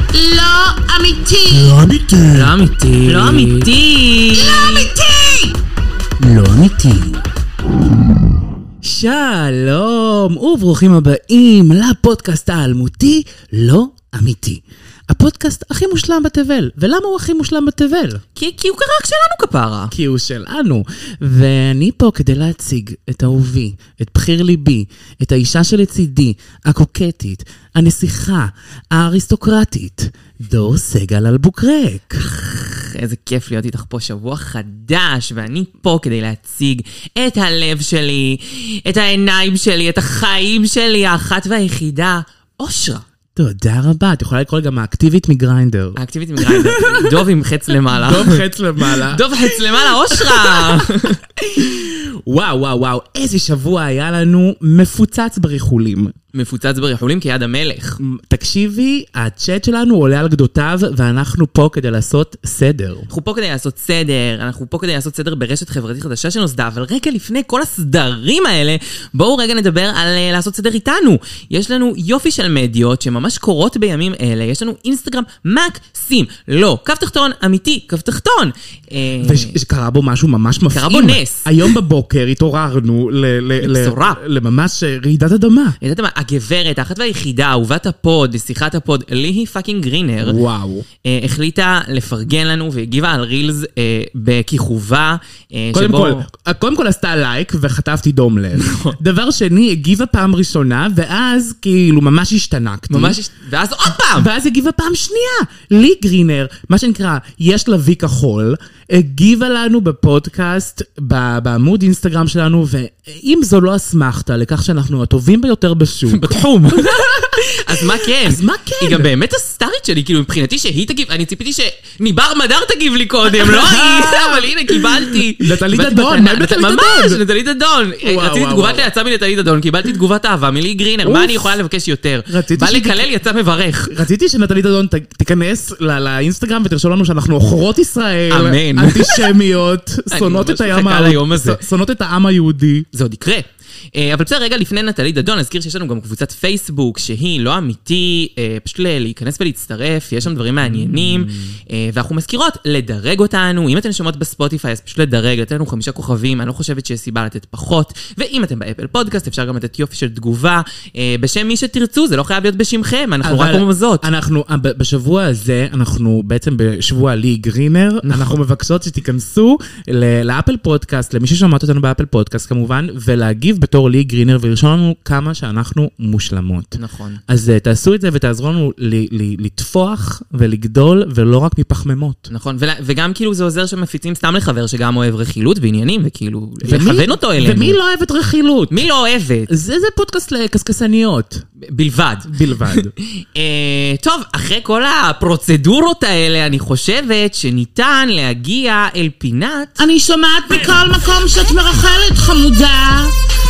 לא אמיתי. לא אמיתי. לא אמיתי. לא אמיתי. לא אמיתי. לא אמיתי. שלום וברוכים הבאים לפודקאסט האלמותי לא אמיתי. הפודקאסט הכי מושלם בתבל. ולמה הוא הכי מושלם בתבל? כי הוא רק שלנו כפרה. כי הוא שלנו. ואני פה כדי להציג את אהובי, את בחיר ליבי, את האישה שלצידי, הקוקטית, הנסיכה, האריסטוקרטית, דור סגל אלבוקרק. איזה כיף להיות איתך פה שבוע חדש, ואני פה כדי להציג את הלב שלי, את העיניים שלי, את החיים שלי, האחת והיחידה, אושרה. תודה רבה, את יכולה לקרוא גם האקטיבית מגריינדר. האקטיבית מגריינדר, דוב עם חץ למעלה. דוב חץ למעלה. דוב חץ למעלה, אושרה! וואו, וואו, וואו, איזה שבוע היה לנו מפוצץ בריחולים. מפוצץ בריחולים כיד המלך. תקשיבי, הצ'אט שלנו עולה על גדותיו, ואנחנו פה כדי לעשות סדר. אנחנו פה כדי לעשות סדר ברשת חברתית חדשה שנוסדה, אבל רגע לפני כל הסדרים האלה, בואו רגע נדבר על לעשות סדר איתנו. יש לנו יופי של מדיות שממש קורות בימים אלה, יש לנו אינסטגרם מקסים, לא, קו תחתון, אמיתי, קו תחתון. וקרה בו משהו ממש מפעים. קרה בו נס. היום בבוקר התעוררנו לממש רעידת אדמה. הגברת, האחת והיחידה, אהובת הפוד, שיחת הפוד, ליהי פאקינג גרינר, וואו. החליטה לפרגן לנו והגיבה על רילס בכיכובה. קודם כל עשתה לייק וחטפתי דום לב. דבר שני, הגיבה פעם ראשונה, ואז כאילו ממש השתנקתי. ואז עוד פעם! ואז הגיבה פעם שנייה. לי גרינר, מה שנקרא, יש לה וי כחול, הגיבה לנו בפודקאסט, בעמוד אינסטגרם שלנו, ואם זו לא אסמכתה לכך שאנחנו הטובים ביותר בשוק. בתחום. אז מה כן? אז מה כן? היא גם באמת הסטארית שלי, כאילו מבחינתי שהיא תגיב, אני ציפיתי שניבר מדר תגיב לי קודם, לא היא, אבל הנה קיבלתי. נטלי דדון, מה עם נטלי דדון? ממש, נטלי דדון. רציתי תגובת להצעה מנטלי דדון, קיבלתי תגובת אהבה מלי גרינר, מה אני יכולה לבקש יותר? בא לקלל, יצא מברך. רציתי שנטלי דדון תיכנס לאינסטגרם ותרשום לנו שאנחנו אוכרות ישראל, אמן. אנטישמיות, שונאות את העם היהודי. זה עוד יקרה. אבל בסדר, רגע לפני נטלי דדון, נזכיר שיש לנו גם קבוצת פייסבוק, שהיא לא אמיתי, פשוט להיכנס ולהצטרף, יש שם דברים מעניינים, ואנחנו מזכירות לדרג אותנו, אם אתן שומעות בספוטיפיי, אז פשוט לדרג, לתת לנו 5 כוכבים, אני לא חושבת שיש סיבה לתת פחות, ואם אתם באפל פודקאסט, אפשר גם לתת יופי של תגובה, בשם מי שתרצו, זה לא חייב להיות בשמכם, אנחנו רק רומזות. בשבוע הזה, אנחנו בעצם בשבוע לי גרינר, אנחנו מבקשות שתיכנסו לאפל פודקאסט, למי ששומעת אותנו באפל פודקאסט כמובן, ולהגיב בתור לי גרינר, ולרשום לנו כמה שאנחנו מושלמות. נכון. אז תעשו את זה ותעזרו לנו לתפוח ולגדול, ולא רק מפחממות. נכון, וגם כאילו זה עוזר שמפיצים סתם לחבר שגם אוהב רכילות בעניינים, וכאילו לכוון אותו אלינו. ומי לא אוהבת רכילות? מי לא אוהבת? זה פודקאסט לקסקסניות. בלבד. טוב, אחרי כל הפרוצדורות האלה, אני חושבת שניתן להגיע אל פינת... אני שומעת בכל מקום שאת מרחלת, חמודה.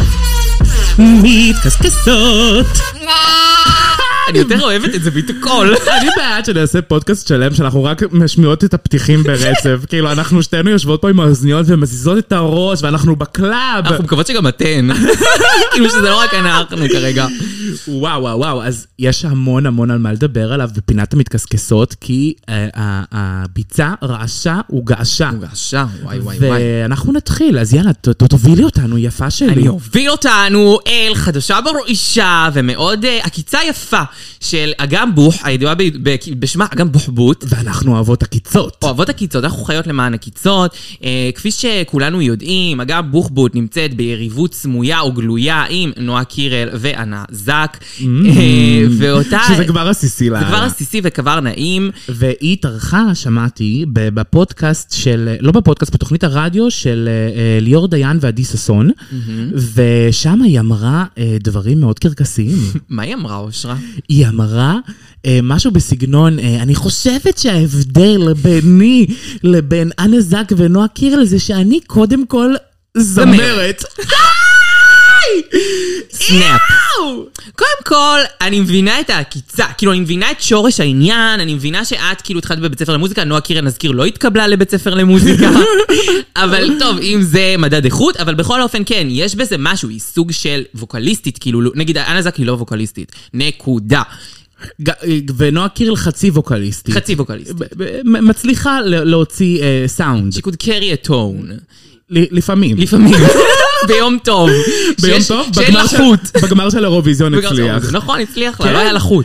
מתקסקסות. אני יותר אוהבת את זה בתקול. אני בעד שנעשה פודקאסט שלם שאנחנו רק משמיעות את הפתיחים ברצף. כאילו אנחנו שתינו יושבות פה עם האוזניות ומזיזות את הראש ואנחנו בקלאב. אנחנו מקוות שגם אתן. כאילו שזה לא רק אנחנו כרגע. וואו וואו וואו, אז יש המון המון על מה לדבר עליו בפינת המתקסקסות, כי הביצה רעשה וגעשה. וואי. ואנחנו נתחיל, אז יאללה, תובילי אותנו, יפה שלי. אני אוביל אותנו אל חדשה ברואישה, ומאוד עקיצה יפה של אגם בוח, הידועה בשמה אגם בוחבוט. ואנחנו אוהבות עקיצות. אוהבות עקיצות, אנחנו חיות למען עקיצות. כפי שכולנו יודעים, אגם בוחבוט נמצאת ביריבות סמויה או גלויה עם נועה קירל וענה זק. שזה כבר עסיסי לה. זה כבר עסיסי וכבר נעים. והיא תרחה, שמעתי, בפודקאסט של, לא בפודקאסט, בתוכנית הרדיו של ליאור דיין ועדי ססון, ושם היא אמרה דברים מאוד קרקסיים. מה היא אמרה, אושרה? היא אמרה משהו בסגנון, אני חושבת שההבדל ביני לבין אנה זק ונועה קירל זה שאני קודם כל זמרת. סנאפ. קודם כל, אני מבינה את העקיצה, כאילו אני מבינה את שורש העניין, אני מבינה שאת כאילו התחלת בבית ספר למוזיקה, נועה קירל נזכיר לא התקבלה לבית ספר למוזיקה, אבל טוב, אם זה מדד איכות, אבל בכל אופן כן, יש בזה משהו, היא סוג של ווקליסטית, כאילו, נגיד, אנה זק היא לא ווקליסטית, נקודה. ונועה קירל חצי ווקליסטית. חצי ווקליסטית. מצליחה להוציא סאונד. She could carry a tone. לפעמים. ביום טוב. ביום טוב? שאין לחוט. בגמר של האירוויזיון הצליח. נכון, הצליח לה, לא היה לחוט.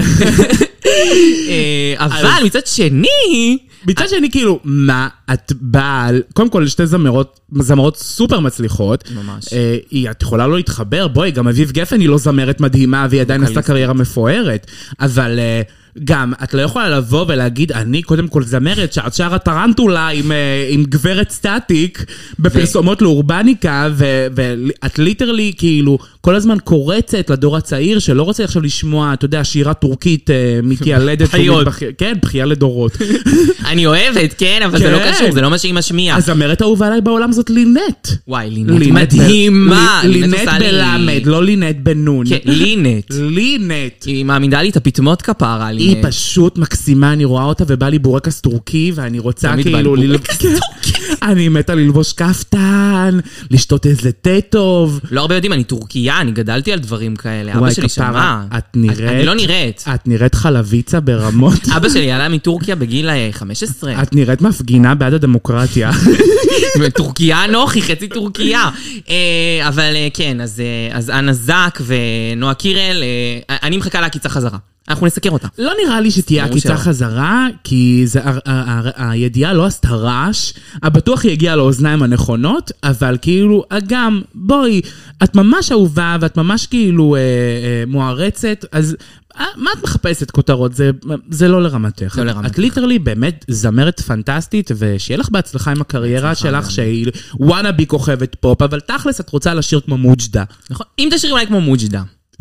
אבל מצד שני... מצד שני, כאילו, מה את באה... קודם כל, שתי זמרות סופר מצליחות. ממש. את יכולה לא להתחבר, בואי, גם אביב גפן היא לא זמרת מדהימה, והיא עדיין עשתה קריירה מפוארת. אבל... גם, את לא יכולה לבוא ולהגיד, אני קודם כל זמרת, שאת שרה טרנטולה עם גברת סטטיק, בפרסומות לאורבניקה, ואת ליטרלי כאילו, כל הזמן קורצת לדור הצעיר, שלא רוצה עכשיו לשמוע, אתה יודע, שירה טורקית מתיילדת. בחיות. כן, בחייה לדורות. אני אוהבת, כן, אבל זה לא קשור, זה לא מה שהיא משמיעה. הזמרת האהובה עליי בעולם זאת לינט. וואי, לינט מדהימה. לינט בלמד, לא לינט בנון. כן, לינט. לינט. היא מעמידה לי את הפטמות כפרה. היא פשוט מקסימה, אני רואה אותה ובא לי בורקס טורקי, ואני רוצה כאילו... אני מתה ללבוש כפתן, לשתות איזה תה טוב. לא הרבה יודעים, אני טורקיה, אני גדלתי על דברים כאלה. אבא שלי שמע. אני לא נראית. את נראית חלביצה ברמות. אבא שלי עלה מטורקיה בגיל 15. את נראית מפגינה בעד הדמוקרטיה. טורקיה נוחי, חצי טורקיה. אבל כן, אז אנה זק ונועה קירל, אני מחכה להקיצה חזרה. אנחנו נסקר אותה. לא נראה לי שתהיה הקיצה חזרה, כי הידיעה לא עשתה רעש, הבטוח היא הגיעה לאוזניים הנכונות, אבל כאילו, גם, בואי, את ממש אהובה, ואת ממש כאילו מוערצת, אז מה את מחפשת כותרות? זה לא לרמתך. את ליטרלי באמת זמרת פנטסטית, ושיהיה לך בהצלחה עם הקריירה שלך, שהיא וואנה בי כוכבת פופ, אבל תכלס את רוצה לשיר כמו מוג'דה. נכון, אם תשאיר אולי כמו מוג'דה.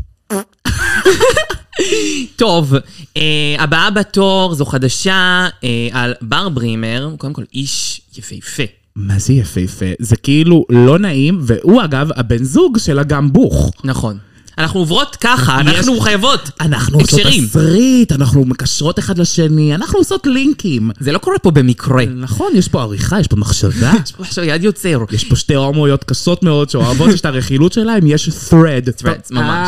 טוב, הבאה בתור זו חדשה על בר ברימר, קודם כל איש יפהפה. מה זה יפהפה? זה כאילו לא נעים, והוא אגב הבן זוג של אגם בוך. נכון. אנחנו עוברות ככה, אנחנו חייבות. אנחנו עושות תסריט, אנחנו מקשרות אחד לשני, אנחנו עושות לינקים. זה לא קורה פה במקרה. נכון, יש פה עריכה, יש פה מחשבה. יש פה עכשיו יד יוצר. יש פה שתי הומואיות קסות מאוד, שאוהבות את הרכילות שלהם, יש thread. ממש.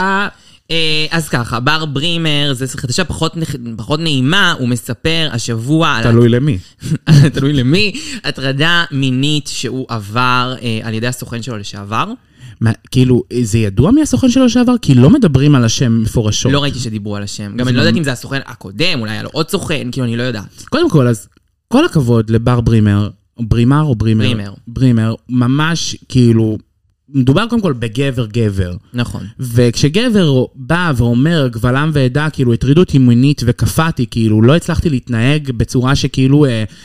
אז ככה, בר ברימר, זה חדשה פחות נעימה, הוא מספר השבוע... תלוי למי. תלוי למי. הטרדה מינית שהוא עבר על ידי הסוכן שלו לשעבר. כאילו, זה ידוע מי הסוכן שלו לשעבר? כי לא מדברים על השם מפורשות. לא ראיתי שדיברו על השם. גם אני לא יודעת אם זה הסוכן הקודם, אולי היה לו עוד סוכן, כאילו אני לא יודעת. קודם כל, אז כל הכבוד לבר ברימר, ברימר או ברימר? ברימר, ממש כאילו... מדובר קודם כל בגבר. נכון. וכשגבר בא ואומר, גבלם ועדה, כאילו, הטרידו אותי מינית וקפאתי, כאילו, לא הצלחתי להתנהג בצורה שכאילו,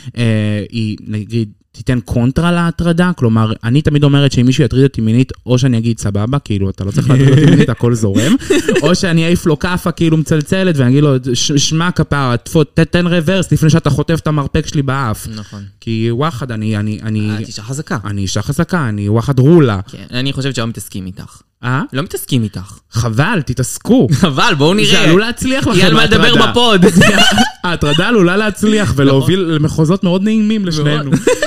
היא, נגיד, תיתן קונטרה להטרדה, כלומר, אני תמיד אומרת שאם מישהו יטריד אותי מינית, או שאני אגיד סבבה, כאילו, אתה לא צריך להטריד אותי מינית, הכל זורם, או שאני אעיף לו כפה, כאילו, מצלצלת, ואני אגיד לו, שמע כפרה, תתן רוורס, לפני שאתה חוטף את המרפק שלי באף. נכון. כי וואחד, אני... את אישה חזקה. אני אישה חזקה, אני וואחד רולה. כן, אני חושבת שלא מתעסקים איתך. לא מתעסקים איתך. חבל, תתעסקו. חבל, בואו נראה. זה עלול להצליח לכם. יהיה על מה לדבר בפוד. ההטרדה עלולה להצליח ולהוביל למחוזות מאוד נעימים לשנינו.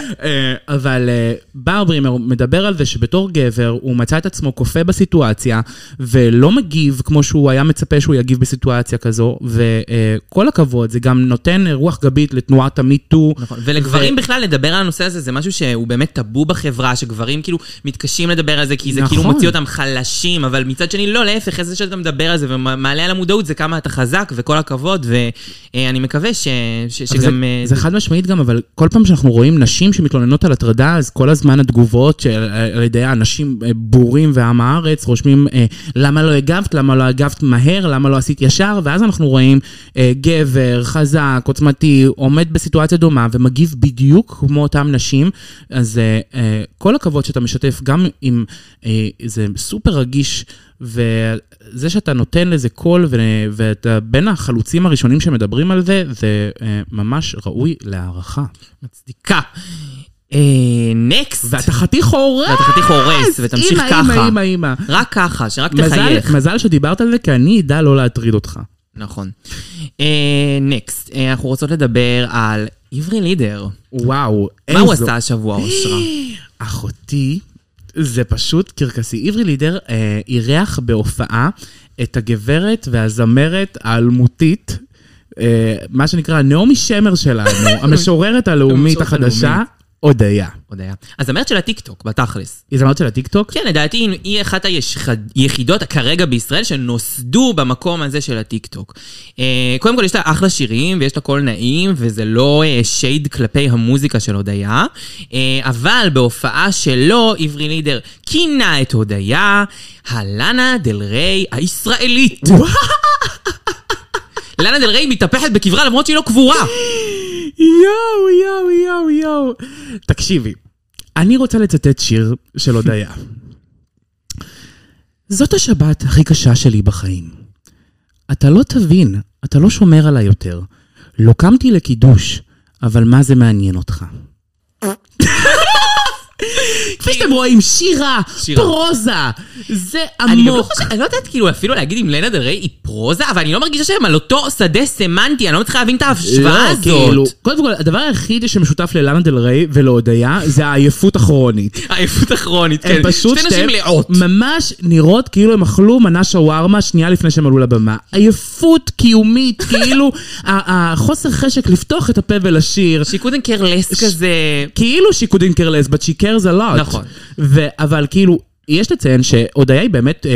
אבל בר ברימר מדבר על זה שבתור גבר הוא מצא את עצמו קופה בסיטואציה, ולא מגיב כמו שהוא היה מצפה שהוא יגיב בסיטואציה כזו, וכל הכבוד, זה גם נותן רוח גבית לתנועת המיטו. ולגברים בכלל לדבר על הנושא הזה, זה משהו שהוא באמת טאבו בחברה, שגברים כאילו מתקשים לדבר על זה, כי זה כאילו מוציא אותם חלשים, אבל מצד שני לא, להפך, איזה שאתה מדבר על זה ומעלה על המודעות, זה כמה אתה חזק וכל הכבוד, ואני מקווה שגם... זה חד משמעית גם, אבל כל פעם שאנחנו רואים נשים שמתלוננות על הטרדה, אז כל הזמן התגובות על ידי האנשים בורים ועם הארץ, רושמים למה לא הגבת, למה לא הגבת מהר, למה לא עשית ישר, ואז אנחנו רואים גבר, חזק, עוצמתי, עומד בסיטואציה דומה, ומגיב בדיוק כמו אותם נשים, אז כל הכבוד שאתה משתף, גם אם זה סופר רגיש, וזה שאתה נותן לזה קול, ואתה בין החלוצים הראשונים שמדברים על זה, זה ממש ראוי להערכה. מצדיקה. נקסט. ואתה חתיך הורס. ואתה חתיך הורס, ותמשיך ככה. אמא. רק ככה, שרק תחייך. מזל שדיברת על זה, כי אני ידע לא להטריד אותך. נכון. נקסט. אנחנו רוצות לדבר על עברי לידר. וואו. מה הוא עשה השבוע, אושרה? אחותי. זה פשוט קרקסי. עברי לידר אירח בהופעה את הגברת והזמרת האלמותית, מה שנקרא נעמי שמר שלנו, המשוררת הלאומית החדשה, הודיה. אז זמרת של הטיקטוק, בתכלס. היא זמרת של הטיקטוק? כן, לדעתי היא אחת היחידות כרגע בישראל שנוסדו במקום הזה של הטיקטוק. קודם כל יש לה אחלה שירים ויש לה קול נעים, וזה לא שייד כלפי המוזיקה של הודיה, אבל בהופעה שלו, עברי לידר כינה את הודיה, הלאנה דל ריי הישראלית. לאנה דל ריי מתהפכת בקברה למרות שהיא לא קבורה. יואו. תקשיבי, אני רוצה לצטט שיר של הודיה. זאת השבת הכי קשה שלי בחיים. אתה לא תבין, אתה לא שומר עליי יותר. לא קמתי לקידוש, אבל מה זה מעניין אותך? כפי שאתם רואים, שירה, פרוזה, זה עמוק. אני לא יודעת כאילו אפילו להגיד אם לאנה דל ריי היא פרוזה, אבל אני לא מרגישה שהם על אותו שדה סמנטי, אני לא מצליחה להבין את ההשוואה הזאת. קודם כל, הדבר היחיד שמשותף ללאנה דל ריי ולהודיה, זה העייפות הכרונית. העייפות הכרונית, כן. הם פשוט שתי נשים לאות. ממש נראות כאילו הם אכלו מנה שווארמה שנייה לפני שהם עלו לבמה. עייפות קיומית, כאילו החוסר חשק לפתוח את הפה ולשיר. She couldn't care less כזה. כאילו she couldn't care less, but she cares a lot. נכון. אבל כאילו, יש לציין שהודיה היא באמת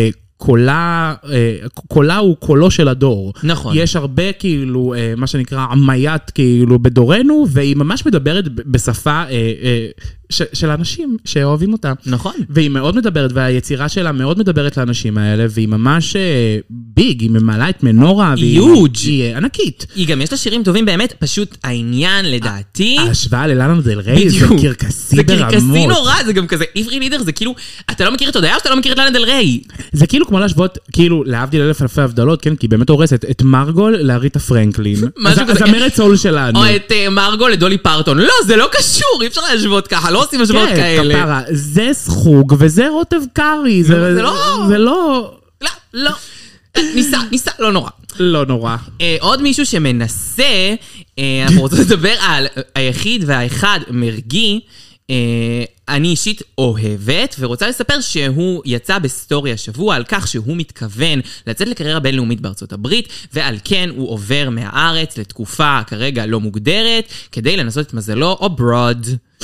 קולה הוא קולו של הדור. נכון. יש הרבה כאילו, מה שנקרא עמיית כאילו בדורנו, והיא ממש מדברת בשפה של אנשים שאוהבים אותה. נכון. והיא מאוד מדברת, והיצירה שלה מאוד מדברת לאנשים האלה, והיא ממש ביג, היא ממלאה את מנורה, והיא ענקית. היא גם יש לה שירים טובים באמת, פשוט העניין לדעתי... ההשוואה ללאנה דל ריי זה קרקסי ברמות. זה קרקסי נורא, זה גם כזה, עברי לידר זה כאילו, אתה לא מכיר את הודיה או שאתה לא מכיר את לאנה דל ריי? זה כאילו כמו להשוות, כאילו להבדיל אלף אלפי הבדלות, כן, כי היא באמת הורסת את מרגול לאריתה פרנקלין. אז המרד סול שלנו. או את מרגול לדולי פרטון. לא, זה לא קשור, אי אפשר להשוות ככה, לא עושים השוואות כאלה. כן, כפרה, זה סחוג וזה רוטב קרי, זה לא... לא. ניסה, לא נורא. לא נורא. עוד מישהו שמנסה, אנחנו רוצים לדבר על היחיד והאחד מרגי, אני אישית אוהבת, ורוצה לספר שהוא יצא בסטורי השבוע על כך שהוא מתכוון לצאת לקריירה בינלאומית בארצות הברית, ועל כן הוא עובר מהארץ לתקופה כרגע לא מוגדרת, כדי לנסות את מזלו אברוד.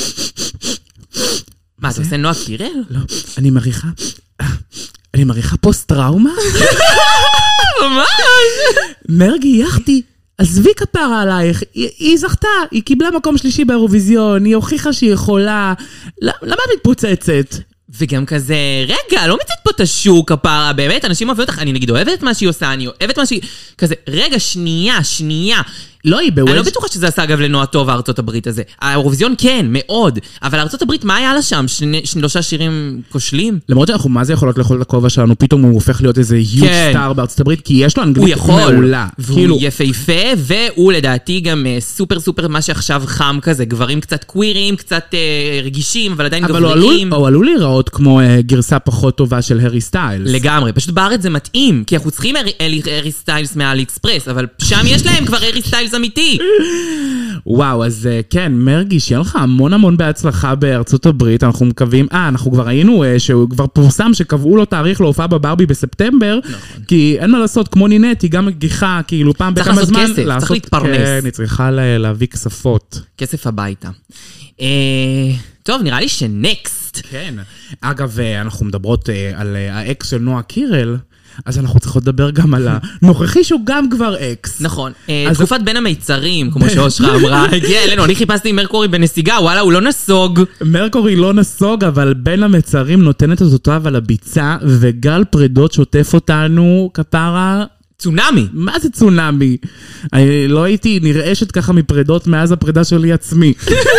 מה, אתה עושה נועה קירל? לא, אני מריחה פוסט-טראומה? ממש? מרגי, יחתי. עזבי כפרה עלייך, היא זכתה, היא קיבלה מקום שלישי באירוויזיון, היא הוכיחה שהיא יכולה, למה את מתפוצצת? וגם כזה, רגע, לא מצאת פה את השוק כפרה, באמת, אנשים אוהבים אותך, אני נגיד אוהבת את מה שהיא עושה, אני אוהבת מה שהיא, כזה, רגע, שנייה. לא, היא אני לא בטוחה שזה עשה אגב לנועה טוב הארצות הברית הזה. האירוויזיון כן, מאוד. אבל הארצות הברית, מה היה לה שם? שלושה שירים כושלים? למרות שאנחנו מה זה יכולות לאכול את הכובע שלנו, פתאום הוא הופך להיות איזה יוט סטאר בארצות הברית, כי יש לו אנגלית מעולה. והוא יפהפה, והוא לדעתי גם סופר מה שעכשיו חם כזה, גברים קצת קווירים, קצת רגישים, אבל עדיין גבריים. אבל הוא עלול להיראות כמו גרסה פחות טובה של הרי סטיילס. לגמרי, פשוט בארץ זה מתאים, כי אנחנו צריכים הרי סטיילס מהאלי אקספרס, אבל שם יש להם כבר הרי סטיילס אמיתי. וואו, אז כן, מרגי, שיהיה לך המון בהצלחה בארצות הברית, אנחנו מקווים, אנחנו כבר ראינו שהוא כבר פורסם שקבעו לו תאריך להופעה בברבי בספטמבר, כי אין מה לעשות, כמו נינט, היא גם מגיחה, כאילו פעם בכמה זמן, צריך להתפרנס. כן, היא צריכה להביא כספות. כסף הביתה. טוב, נראה לי שנקסט. כן, אגב, אנחנו מדברות על האקס של נועה קירל, אז אנחנו צריכות לדבר גם על הנוכחי שהוא גם כבר אקס. נכון. תקופת בין המיצרים, כמו שאושרה אמרה, הגיע אלינו, אני חיפשתי מרקורי בנסיגה, וואלה, הוא לא נסוג. מרקורי לא נסוג, אבל בין המיצרים נותנת את אותיו על הביצה, וגל פרידות שוטף אותנו, כפרה. צונאמי. מה זה צונאמי? לא הייתי נרעשת ככה מפרידות מאז הפרידה שלי עצמי.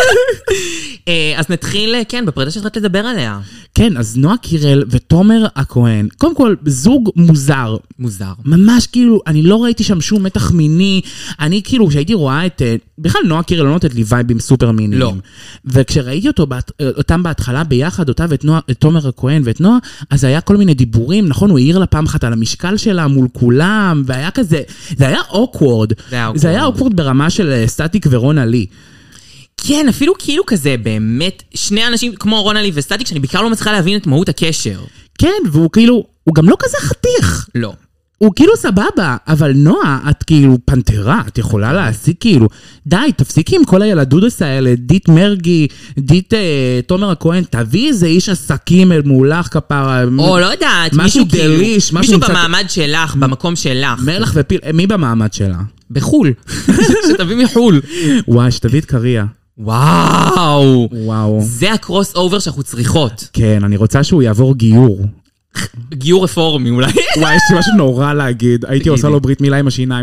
אז נתחיל, כן, בפרידה שצריך לדבר עליה. כן, אז נועה קירל ותומר הכהן, קודם כל, זוג מוזר. מוזר. ממש כאילו, אני לא ראיתי שם שום מתח מיני, אני כאילו, כשהייתי רואה את, בכלל נועה קירל לא נותנת לי וייבים סופר מיניים. לא. וכשראיתי אותם בהתחלה ביחד, אותה ואת תומר הכהן ואת נועה, אז היה כל מיני דיבורים, נכון, הוא העיר לה פעם אחת על המשקל שלה מול כולם, והיה כזה, זה היה אוקוורד. זה היה אוקוורד ברמה של סטטיק ורונה לי. כן, אפילו כאילו כזה, באמת, שני אנשים כמו רונה לי וסטטיק, שאני בעיקר לא מצליחה להבין את מהות הקשר. כן, והוא כאילו, הוא גם לא כזה חתיך. לא. הוא כאילו סבבה, אבל נועה, את כאילו פנתרה, את יכולה להשיג כאילו, די, תפסיקי עם כל הילדודס האלה, דית מרגי, דית תומר הכהן, תביא איזה איש עסקים אל מולך כפרה, או לא יודעת, משהו דליש, מישהו במעמד שלך, במקום שלך. מלח ופיל, מי במעמד שלה? בחול, שתביא מחול. וואי, שתביא את קריה. וואו. וואו. זה הקרוס אובר שאנחנו צריכות. כן, אני רוצה שהוא יעבור גיור. גיור רפורמי אולי. וואי, יש לי משהו נורא להגיד. הייתי עושה לו ברית מילה עם השיניים.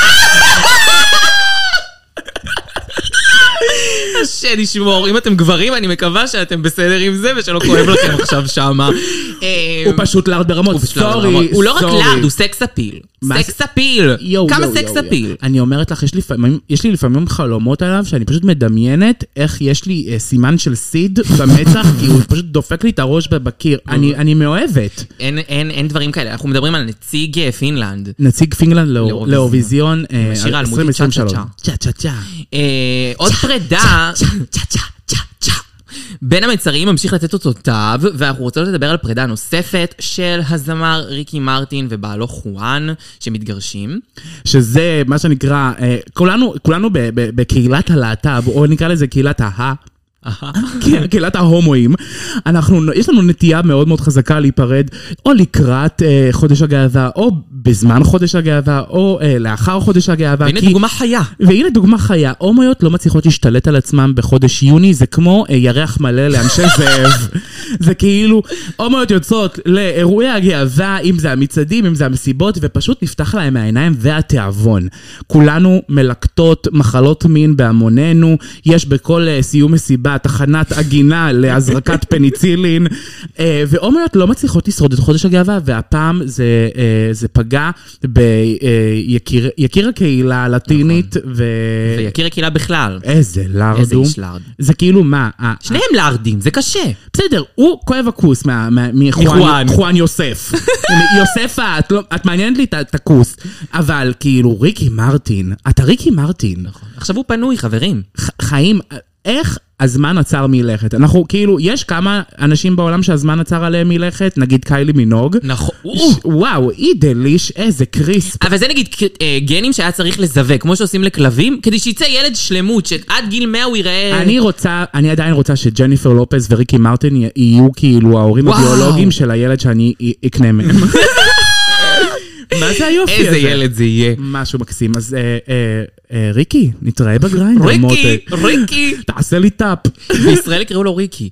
השם ישמור, אם אתם גברים, אני מקווה שאתם בסדר עם זה, ושלא כואב לכם עכשיו שמה. הוא פשוט לארד ברמות, סורי. הוא לא רק לארד, הוא סקס אפיל. סקס אפיל. כמה סקס אפיל? אני אומרת לך, יש לי לפעמים חלומות עליו, שאני פשוט מדמיינת איך יש לי סימן של סיד במצח, כי הוא פשוט דופק לי את הראש בקיר. אני מאוהבת. אין דברים כאלה, אנחנו מדברים על נציג פינלנד. נציג פינלנד לאירוויזיון 2023. עוד פרידה. בין המצרים ממשיך לתת אותותיו, ואנחנו רוצות לדבר על פרידה נוספת של הזמר ריקי מרטין ובעלו חואן, שמתגרשים. שזה מה שנקרא, כולנו בקהילת הלהט"ב, או נקרא לזה קהילת קהילת ההומואים, יש לנו נטייה מאוד מאוד חזקה להיפרד, או לקראת חודש הגאווה, או בזמן חודש הגאווה, או לאחר חודש הגאווה. והנה דוגמה חיה. והנה דוגמה חיה. הומויות לא מצליחות להשתלט על עצמם בחודש יוני, זה כמו ירח מלא לאנשי זאב. זה כאילו, הומויות יוצאות לאירועי הגאווה, אם זה המצעדים, אם זה המסיבות, ופשוט נפתח להם מהעיניים והתיאבון. כולנו מלקטות מחלות מין בהמוננו, יש בכל סיום מסיבה תחנת עגינה להזרקת פניצילין, והומויות לא מצליחות לשרוד את חודש הגאווה, והפעם זה פגע ביקיר הקהילה הלטינית, ויקיר הקהילה בכלל. איזה לארד. איזה איש לארד. זה כאילו מה? שניהם לארדים, זה קשה. בסדר, הוא כואב הכוס מחואן יוסף. יוספה, את מעניינת לי את הכוס, אבל כאילו ריקי מרטין, אתה ריקי מרטין. נכון. עכשיו הוא פנוי, חברים. חיים, איך הזמן עצר מלכת? אנחנו כאילו, יש כמה אנשים בעולם שהזמן עצר עליהם מלכת, נגיד קיילי מינוג. נכון. וואו, היא דליש, איזה קריספ. אבל זה נגיד גנים שהיה צריך לזווה, כמו שעושים לכלבים, כדי שיצא ילד שלמות, שעד גיל 100 הוא יראה... אני עדיין רוצה שג'ניפר לופז וריקי מרטין יהיו כאילו ההורים הביולוגיים של הילד שאני אקנה מהם. מה זה היופי הזה? איזה ילד זה יהיה. משהו מקסים. אז ריקי, נתראה בגריינד. ריקי. תעשה לי טאפ. בישראל יקראו לו ריקי.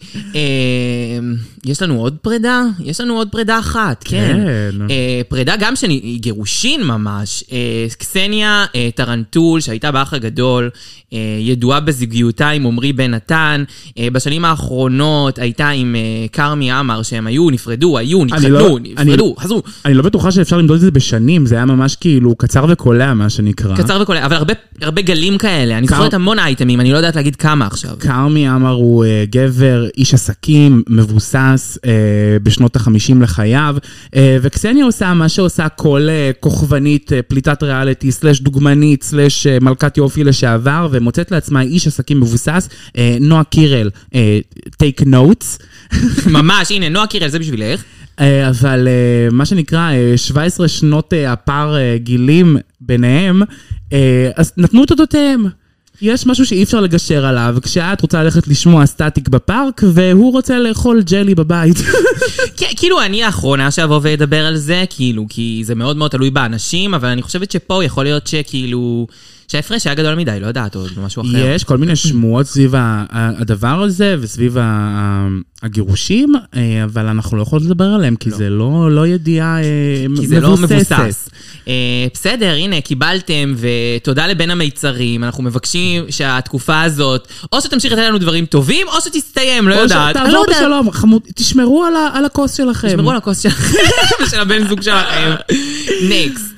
יש לנו עוד פרידה? יש לנו עוד פרידה אחת, כן. פרידה גם שהיא גירושין ממש. קסניה טרנטול, שהייתה באח הגדול, ידועה בזיגיותה עם עומרי בן נתן. בשנים האחרונות הייתה עם קרמי אמר, שהם נפרדו, נפרדו, חזרו. אני לא בטוחה שאפשר למדוד את זה בשנים, זה היה ממש כאילו קצר וקולע, מה שנקרא. קצר וקולע, אבל הרבה גלים כאלה. אני זוכרת המון אייטמים, אני לא יודעת להגיד כמה עכשיו. קרמי אמר הוא גבר, איש עסקים, מבוסס בשנות ה-50 לחייו, וקסניה עושה מה שעושה כל כוכבנית, פליטת ריאליטי, סלש דוגמנית, סלש מלכת יופי לשעבר, ומוצאת לעצמה איש עסקים מבוסס, נועה קירל, take notes. ממש, הנה, נועה קירל, זה בשבילך. אבל מה שנקרא 17 שנות הפער גילים ביניהם, אז נתנו את אותותיהם. יש משהו שאי אפשר לגשר עליו, כשאת רוצה ללכת לשמוע סטטיק בפארק, והוא רוצה לאכול ג'לי בבית. כאילו אני האחרונה שאבוא וידבר על זה, כאילו, כי זה מאוד מאוד תלוי באנשים, אבל אני חושבת שפה יכול להיות שכאילו... שההפרש היה גדול מדי, לא יודעת, או משהו אחר. יש כל מיני שמועות סביב הדבר הזה, וסביב הגירושים, אבל אנחנו לא יכולים לדבר עליהם, כי זה לא ידיעה מבוססת. כי זה לא מבוסס. בסדר, הנה, קיבלתם, ותודה לבין המיצרים, אנחנו מבקשים שהתקופה הזאת, או שתמשיך לתת לנו דברים טובים, או שתסתיים, לא יודעת. תעבור בשלום, חמוד, תשמרו על הכוס שלכם. תשמרו על הכוס שלכם, ושל הבן זוג שלכם. נקסט.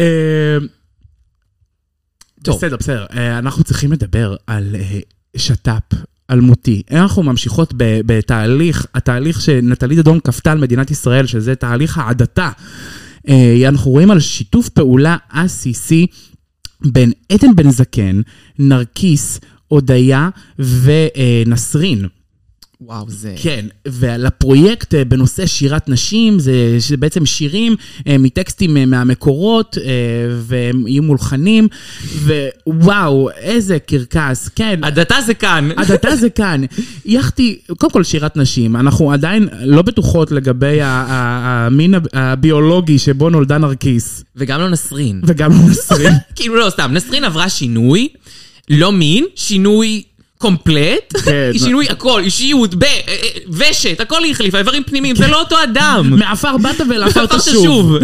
בסדר. אנחנו צריכים לדבר על שטאפ אלמותי. אנחנו ממשיכות התהליך שנטלי דדון כפתה על מדינת ישראל, שזה תהליך העדתה. אנחנו רואים על שיתוף פעולה עסיסי בין עדן בן זקן, נרקיס, הודיה ונסרין. וואו, זה... כן, ולפרויקט בנושא שירת נשים, זה בעצם שירים מטקסטים מהמקורות, והם יהיו מולחנים, ווואו, איזה קרקס, כן. הדתה זה כאן. הדתה זה כאן. יחתי, קודם כל שירת נשים, אנחנו עדיין לא בטוחות לגבי המין הביולוגי שבו נולדה נרקיס. וגם לא נסרין. וגם לא נסרין. כאילו לא, סתם, נסרין עברה שינוי, לא מין, שינוי... קומפלט, שינוי הכל, אישיות, ושת, הכל היא החליפה, איברים פנימיים, זה לא אותו אדם. מעפר באת ולעפר תשוב.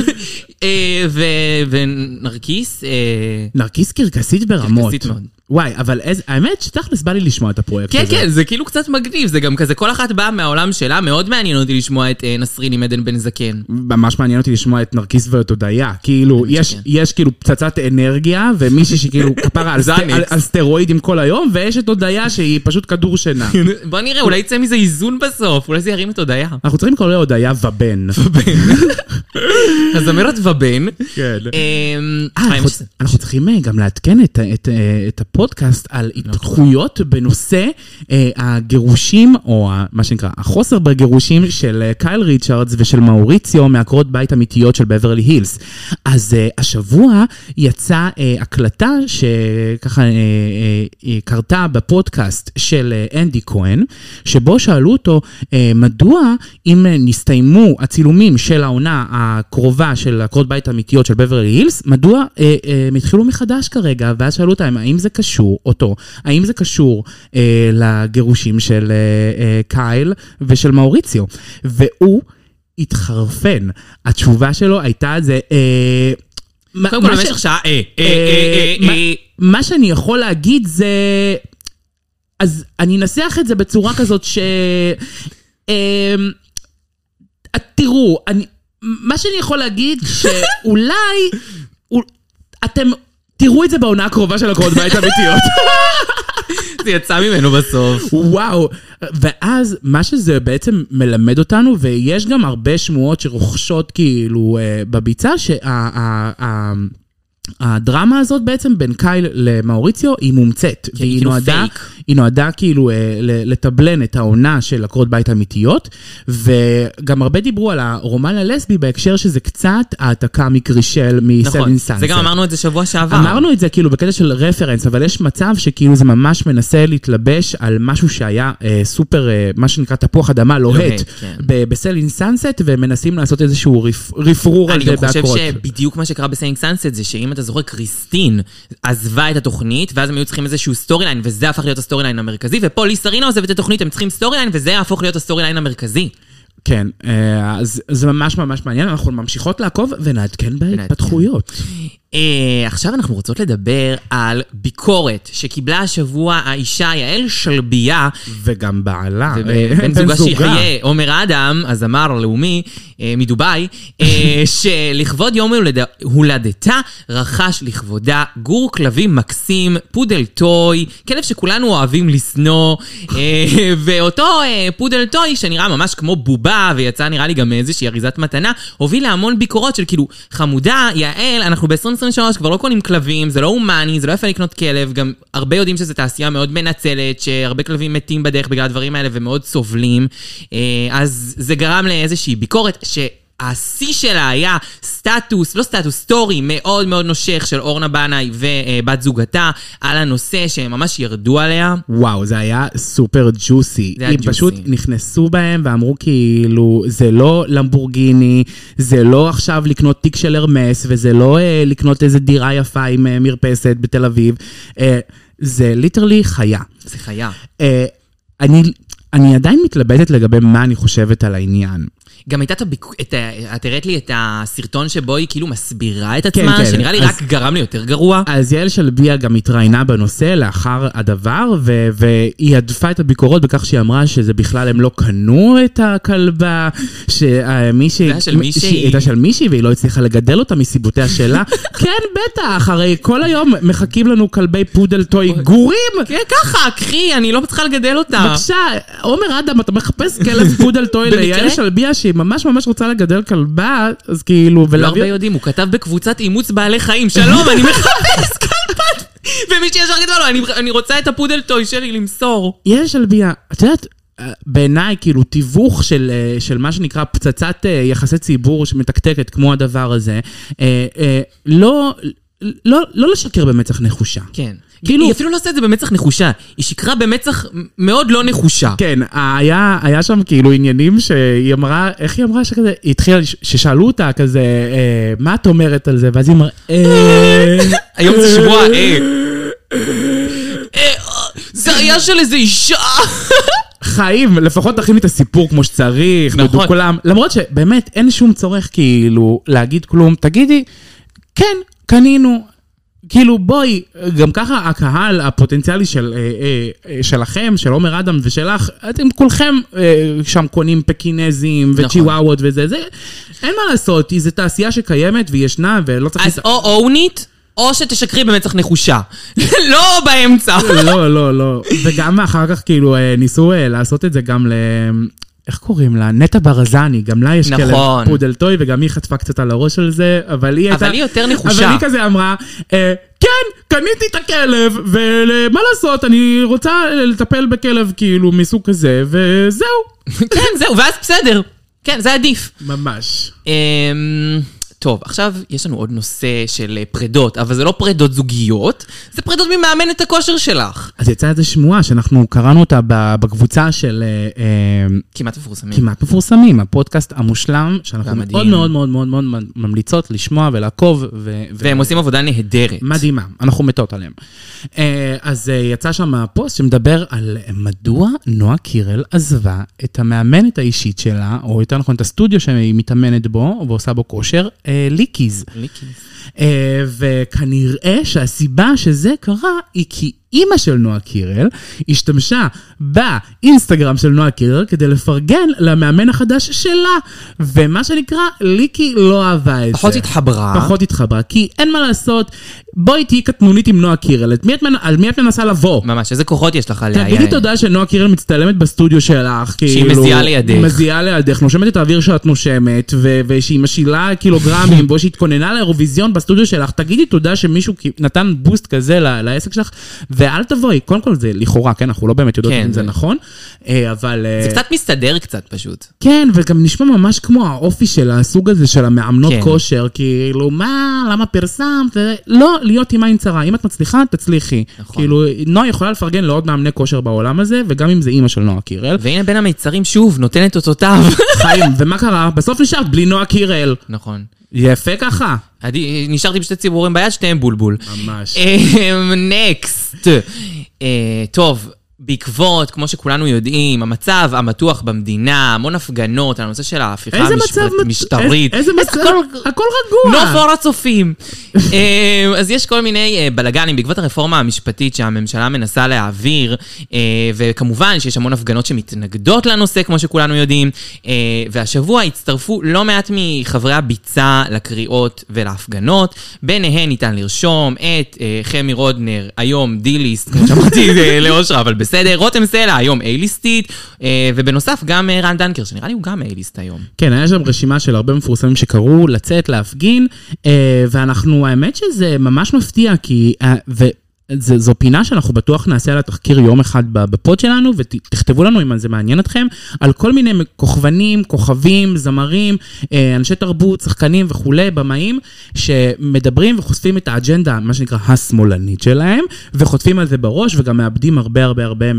ונרקיס... נרקיס קרקסית ברמות. קרקסית מאוד. וואי, אבל האמת שתכלס בא לי לשמוע את הפרויקט הזה. כן, כן, זה כאילו קצת מגניב, זה גם כזה, כל אחת באה מהעולם שלה, מאוד מעניין אותי לשמוע את נסרין עם עדן בן זקן. ממש מעניין אותי לשמוע את נרקיס ואת הודיה. כאילו, יש כאילו פצצת אנרגיה, ומישהי שכאילו כפרה על סטרואידים כל היום, ויש את הודיה שהיא פשוט כדור שינה. בוא נראה, אולי יצא מזה איזון בסוף, אולי זה ירים את הודיה. אנחנו צריכים לקרוא להודיה ובן. אז אומרת ובן. כן. אנחנו צריכים גם לעדכן את הפודקאסט על התפתחויות בנושא הגירושים, או מה שנקרא, החוסר בגירושים של קייל ריצ'רדס ושל מאוריציו מעקרות בית אמיתיות של בברלי הילס. אז השבוע יצאה הקלטה שככה קרתה בפודקאסט של אנדי כהן, שבו שאלו אותו מדוע אם נסתיימו הצילומים של העונה הקרובה של עקרות בית אמיתיות של בברלי הילס, מדוע הם התחילו מחדש כרגע, ואז שאלו אותם האם זה קשור האם זה קשור לגירושים של קייל ושל מאוריציו, והוא התחרפן. התשובה שלו הייתה זה קודם כל במשך שעה מה שאני יכול להגיד זה, אז אני אנסח את זה בצורה כזאת תראו, מה שאני יכול להגיד שאולי אתם תראו את זה בעונה הקרובה של עקרות בית אמיתיות. זה יצא ממנו בסוף. וואו, ואז מה שזה בעצם מלמד אותנו, ויש גם הרבה שמועות שרוכשות כאילו בביצה, הדרמה הזאת בעצם בין קייל למאוריציו היא מומצאת, והיא נועדה כאילו לטבלן את העונה של עקרות בית אמיתיות, וגם הרבה דיברו על הרומן הלסבי בהקשר שזה קצת העתקה מקרישל מסלין סאנסט. זה גם אמרנו את זה שבוע שעבר. אמרנו את זה כאילו בקטע של רפרנס, אבל יש מצב שכאילו זה ממש מנסה להתלבש על משהו שהיה סופר, מה שנקרא תפוח אדמה לוהט בסלין סאנסט, ומנסים לעשות איזשהו רפרור על זה בהקרות. אני גם חושב שבדיוק מה שקרה בסלין סאנסט זה שאם אתה זוכר, קריסטין עזבה את התוכנית, ואז הם היו צריכים איזשהו סטורי ליין, וזה הפך להיות הסטורי ליין המרכזי, ופה ליסטרינה עוזבת את התוכנית, הם צריכים סטורי ליין, וזה יהפוך להיות הסטורי ליין המרכזי. כן, אז זה ממש ממש מעניין, אנחנו ממשיכות לעקוב ונעדכן בהתפתחויות. עכשיו אנחנו רוצות לדבר על ביקורת שקיבלה השבוע האישה יעל שלביה וגם בעלה בן זוגה שיחיה עומר אדם, הזמר הלאומי מדוביי, שלכבוד יום הולדתה רכש לכבודה גור כלבים מקסים, פודל טוי, כלב שכולנו אוהבים לסנוע, ואותו פודל טוי שנראה ממש כמו בובה ויצא נראה לי גם איזושהי אריזת מתנה, הוביל להמון ביקורות של כאילו חמודה יעל, אנחנו ב-2023 כבר לא קונים כלבים, זה לא הומני, זה לא יפה לקנות כלב, גם הרבה יודעים שזו תעשייה מאוד מנצלת, שהרבה כלבים מתים בדרך בגלל הדברים האלה ומאוד סובלים, אז זה גרם לאיזושהי ביקורת שהשיא שלה היה סטורי מאוד מאוד נושך של אורנה בנאי ובת זוגתה על הנושא שהם ממש ירדו עליה. וואו, זה היה סופר ג'וסי. הם פשוט נכנסו בהם ואמרו כאילו, זה לא למבורגיני, זה לא עכשיו לקנות תיק של הרמס, וזה לא לקנות איזה דירה יפה עם מרפסת בתל אביב. זה ליטרלי חיה. זה חיה. אני עדיין מתלבטת לגבי מה אני חושבת על העניין. גם הייתה את הראית לי את הסרטון שבו היא כאילו מסבירה את עצמה, שנראה לי רק גרם לי יותר גרוע. אז יעל שלביה גם התראיינה בנושא לאחר הדבר, והיא עדפה את הביקורות בכך שהיא אמרה שזה בכלל הם לא קנו את הכלבה, שמישהי הייתה של מישהי, והיא לא הצליחה לגדל אותה מסיבותיה שלה. כן, בטח, הרי כל היום מחכים לנו כלבי פודל טוי גורים. כן, ככה, קחי, אני לא צריכה לגדל אותה. בבקשה, עומר אדם, אתה מחפש כלב פודל טוי ליעל שלביה, שהיא ממש ממש רוצה לגדל כלבה, אז כאילו... לא הרבה יודעים, הוא כתב בקבוצת אימוץ בעלי חיים, שלום, אני מחפש כלבת, ומי שישר כתבה לו, אני רוצה את הפודל טוי שלי למסור. יש שלביה, את יודעת, בעיניי, כאילו, תיווך של מה שנקרא פצצת יחסי ציבור שמתקתקת כמו הדבר הזה, לא לשקר במצח נחושה. כן. היא אפילו לא עושה את זה במצח נחושה, היא שקרה במצח מאוד לא נחושה. כן, היה שם כאילו עניינים שהיא אמרה, איך היא אמרה שכזה, היא התחילה, ששאלו אותה כזה, מה את אומרת על זה? ואז היא אמרה, היום זה שבוע, זה היה של איזה אישה. חיים, לפחות תכין את הסיפור כמו שצריך, נכון. כולם, למרות שבאמת אין שום צורך כאילו להגיד כלום, תגידי, כן, קנינו, כאילו בואי, גם ככה הקהל הפוטנציאלי שלכם, של עומר אדם ושלך, אתם כולכם שם קונים פקינזים וצ'יוואוות וזה, אין מה לעשות, זו תעשייה שקיימת וישנה ולא צריך... אז או אונית, או שתשקרי במצח נחושה. לא באמצע. לא. וגם אחר כך כאילו ניסו לעשות את זה גם איך קוראים לה? נטע ברזני, גם לה יש כלב פודלטוי, וגם היא חטפה קצת על הראש על זה, אבל היא יותר נחושה. אבל היא כזה אמרה, כן, קניתי את הכלב, ומה לעשות, אני רוצה לטפל בכלב כאילו מסוג כזה, וזהו. כן, זהו, ואז בסדר. כן, זה עדיף. ממש. טוב, עכשיו יש לנו עוד נושא של פרדות, אבל זה לא פרדות זוגיות, זה פרדות ממאמנת הכושר שלך. אז יצאה איזו שמועה שאנחנו קראנו אותה בקבוצה של... כמעט מפורסמים. כמעט מפורסמים, הפודקאסט המושלם, שאנחנו מאוד מאוד מאוד מאוד מאוד ממליצות לשמוע ולעקוב. והם עושים עבודה נהדרת. מדהימה, אנחנו מתות עליהם. אז יצא שם פוסט שמדבר על מדוע נועה קירל עזבה את המאמנת האישית שלה, או יותר נכון את הסטודיו שהיא מתאמנת בו, ועושה בו כושר, ליקיז. וכנראה שהסיבה שזה קרה היא כי אימא של נועה קירל השתמשה באינסטגרם של נועה קירל כדי לפרגן למאמן החדש שלה, ומה שנקרא ליקי לא אהבה את זה. פחות התחברה, כי אין מה לעשות, בואי תהי קטנונית עם נועה קירל, על מי את מנסה לבוא? ממש, איזה כוחות יש לך עליה? תגידי תודה שנועה קירל מצטלמת בסטודיו שלך, שהיא מזיעה לידך. היא מזיעה לידך, נושמת את האוויר שאת נושמת, ושהיא משילה קילוגרמים, בו שהיא התכוננה לאירוויזיון בסטודיו שלך, תגידי תודה שמישהו נתן בוסט כזה לעסק שלך, ואל תבואי, קודם כל זה לכאורה, כן, אנחנו לא באמת יודעות אם זה נכון, אבל... זה קצת מסתדר קצת פשוט. כן, וגם נשמע ממש כמו האופי של הסוג הזה של המאמנות כושר, כאילו, מה, למה פרסמת? לא, להיות עם עין צרה, אם את מצליחה, תצליחי. כאילו, נועה יכולה לפרגן לעוד מאמני כושר בעולם הזה, וגם אם זה אימא של נועה קירל. והנה בין המיצרים שוב, נותנת אותותיו. חיים, ומה קרה? בסוף נשארת בלי נועה קירל. נכון. יפה ככה. נשארתי בשתי ציבורים ביד, שתיהם בולבול. ממש. נקסט. טוב, בעקבות, כמו שכולנו יודעים, המצב המתוח במדינה, המון הפגנות, הנושא של ההפיכה המשטרית. איזה מצב? הכל רגוע. נופור הצופים. אז יש כל מיני בלגנים, בעקבות הרפורמה המשפטית שהממשלה מנסה להעביר, וכמובן שיש המון הפגנות שמתנגדות לנושא, כמו שכולנו יודעים, והשבוע הצטרפו לא מעט מחברי הביצה לקריאות ולהפגנות, ביניהן ניתן לרשום את חמי רודנר, היום די-ליסט, כמו שאמרתי לאושרה, אבל בסדר, רותם סלע, היום A-ליסטית, ובנוסף גם רן דנקר, שנראה לי הוא גם A-ליסט היום. כן, היה שם רשימה של הרבה מפורסמים שקראו לצאת להפגין, ואנחנו, האמת שזה ממש מפתיע, כי, זו פינה שאנחנו בטוח נעשה על התחקיר יום אחד בפוד שלנו, ותכתבו לנו אם זה מעניין אתכם, על כל מיני כוכבנים, כוכבים, זמרים, אנשי תרבות, שחקנים וכולי, במאים, שמדברים וחושפים את האג'נדה, מה שנקרא השמאלנית שלהם, וחוטפים על זה בראש, וגם מאבדים הרבה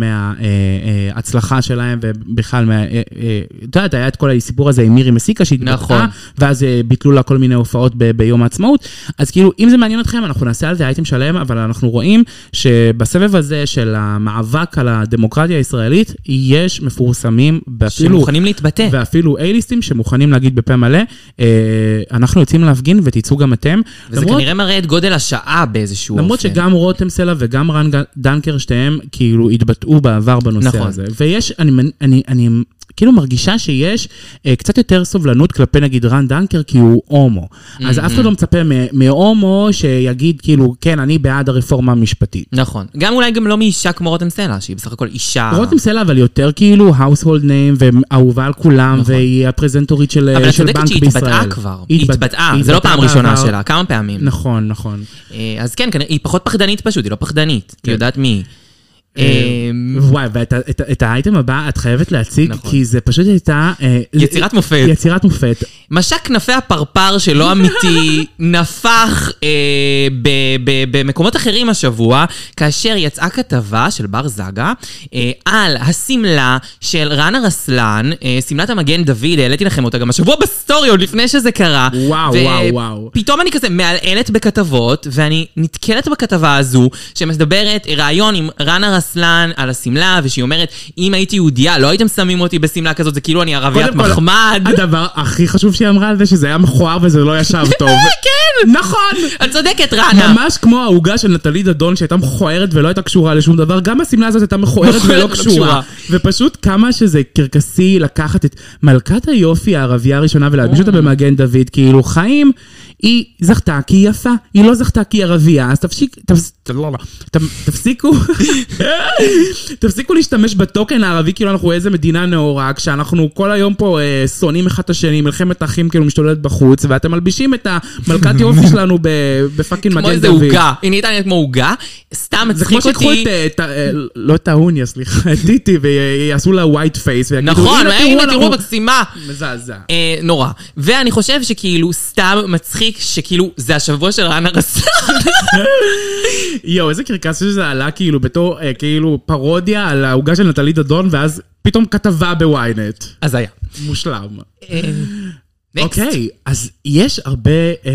מההצלחה שלהם, ובכלל, אתה יודעת, היה את כל הסיפור הזה עם מירי מסיקה, שהתבטאה, ואז ביטלו לה כל מיני הופעות ביום העצמאות, אז כאילו, אם זה מעניין אתכם, אנחנו נעשה על זה אייטם שלהם, אבל אנחנו רואים שבסבב הזה של המאבק על הדמוקרטיה הישראלית, יש מפורסמים שמוכנים להתבטא. ואפילו A-ליסטים שמוכנים להגיד בפה מלא, אנחנו יוצאים להפגין ותיצאו גם אתם. וזה כנראה מראה את גודל השעה באיזשהו אופן. למרות שגם רותם סלע וגם רן דנקר שתיהם כאילו התבטאו בעבר בנושא הזה. ויש, אני כאילו מרגישה שיש קצת יותר סובלנות כלפי נגיד רן דנקר, כי הוא הומו. אז אף אחד לא מצפה מהומו שיגיד כאילו, כן, אני בעד הרפורמה המשפטית. נכון. גם אולי גם לא מאישה כמו רותם סלע, שהיא בסך הכל אישה. רותם סלע, אבל יותר כאילו household name, ואהובה על כולם, והיא הפרזנטורית של בנק בישראל. אבל שהיא התבטאה כבר. היא התבטאה, זה לא פעם ראשונה שלה, כמה פעמים. נכון. אז כן, היא פחות פחדנית פשוט, היא לא פחדנית. היא יודעת מי. וואי, ואת האייטם הבא את חייבת להציג, כי זה פשוט הייתה... יצירת מופת. יצירת מופת. משק כנפי הפרפר שלא אמיתי נפח במקומות אחרים השבוע, כאשר יצאה כתבה של בר זגה על הסמלה של רנה רסלן, סמלת המגן דוד, העליתי לכם אותה גם השבוע בסטורי, עוד לפני שזה קרה. וואו, וואו, וואו. פתאום אני כזה מעלעלת בכתבות, ואני נתקלת בכתבה הזו, שמדברת רעיון עם רנה רסלן על הסמלה, ושהיא אומרת, אם הייתי יהודיה, לא הייתם שמים אותי בסמלה כזאת, זה כאילו אני ערביית מחמד. הדבר הכי חשוב שהיא אמרה על זה, שזה היה מכוער וזה לא ישב טוב. כן! נכון! את צודקת, רנה. ממש כמו ההוגה של נטלי דדון, שהייתה מכוערת ולא הייתה קשורה לשום דבר, גם הסמלה הזאת הייתה מכוערת ולא קשורה. ופשוט כמה שזה קרקסי לקחת את מלכת היופי הערבייה הראשונה ולהלביש אותה במגן דוד, כאילו חיים, היא זכתה כי היא יפה, היא לא זכתה כי היא ערבייה, אז תפסיקו להשתמש בטוקן הערבי, כאילו אנחנו איזה מדינה נאורה, כשאנחנו כל היום פה שונאים אחד את השני, מלחמת אחים כאילו משתוללת בחוץ, ואתם מלבישים את המלכת יופי שלנו בפאקינג מגן דוד. כמו איזה הוגה, היא נהייתה כמו הוגה, סתם מצחיק אותי. זה כמו שיקחו לא את ההוניה, סליחה, את טיטי, ויעשו לה ווייט פייס, נכון, הנה תראו בקסימה. מזעזע. נורא. ואני חושב שכאילו סתם מצחיק שכאילו זה השבוע של רנה רסלן. יו, איזה קרקס שזה עלה כאילו בתור כאילו פרודיה על ההוגה של נטלי דדון, ואז פתאום כתבה בוויינט. אז היה. מושלם. אוקיי, אז יש הרבה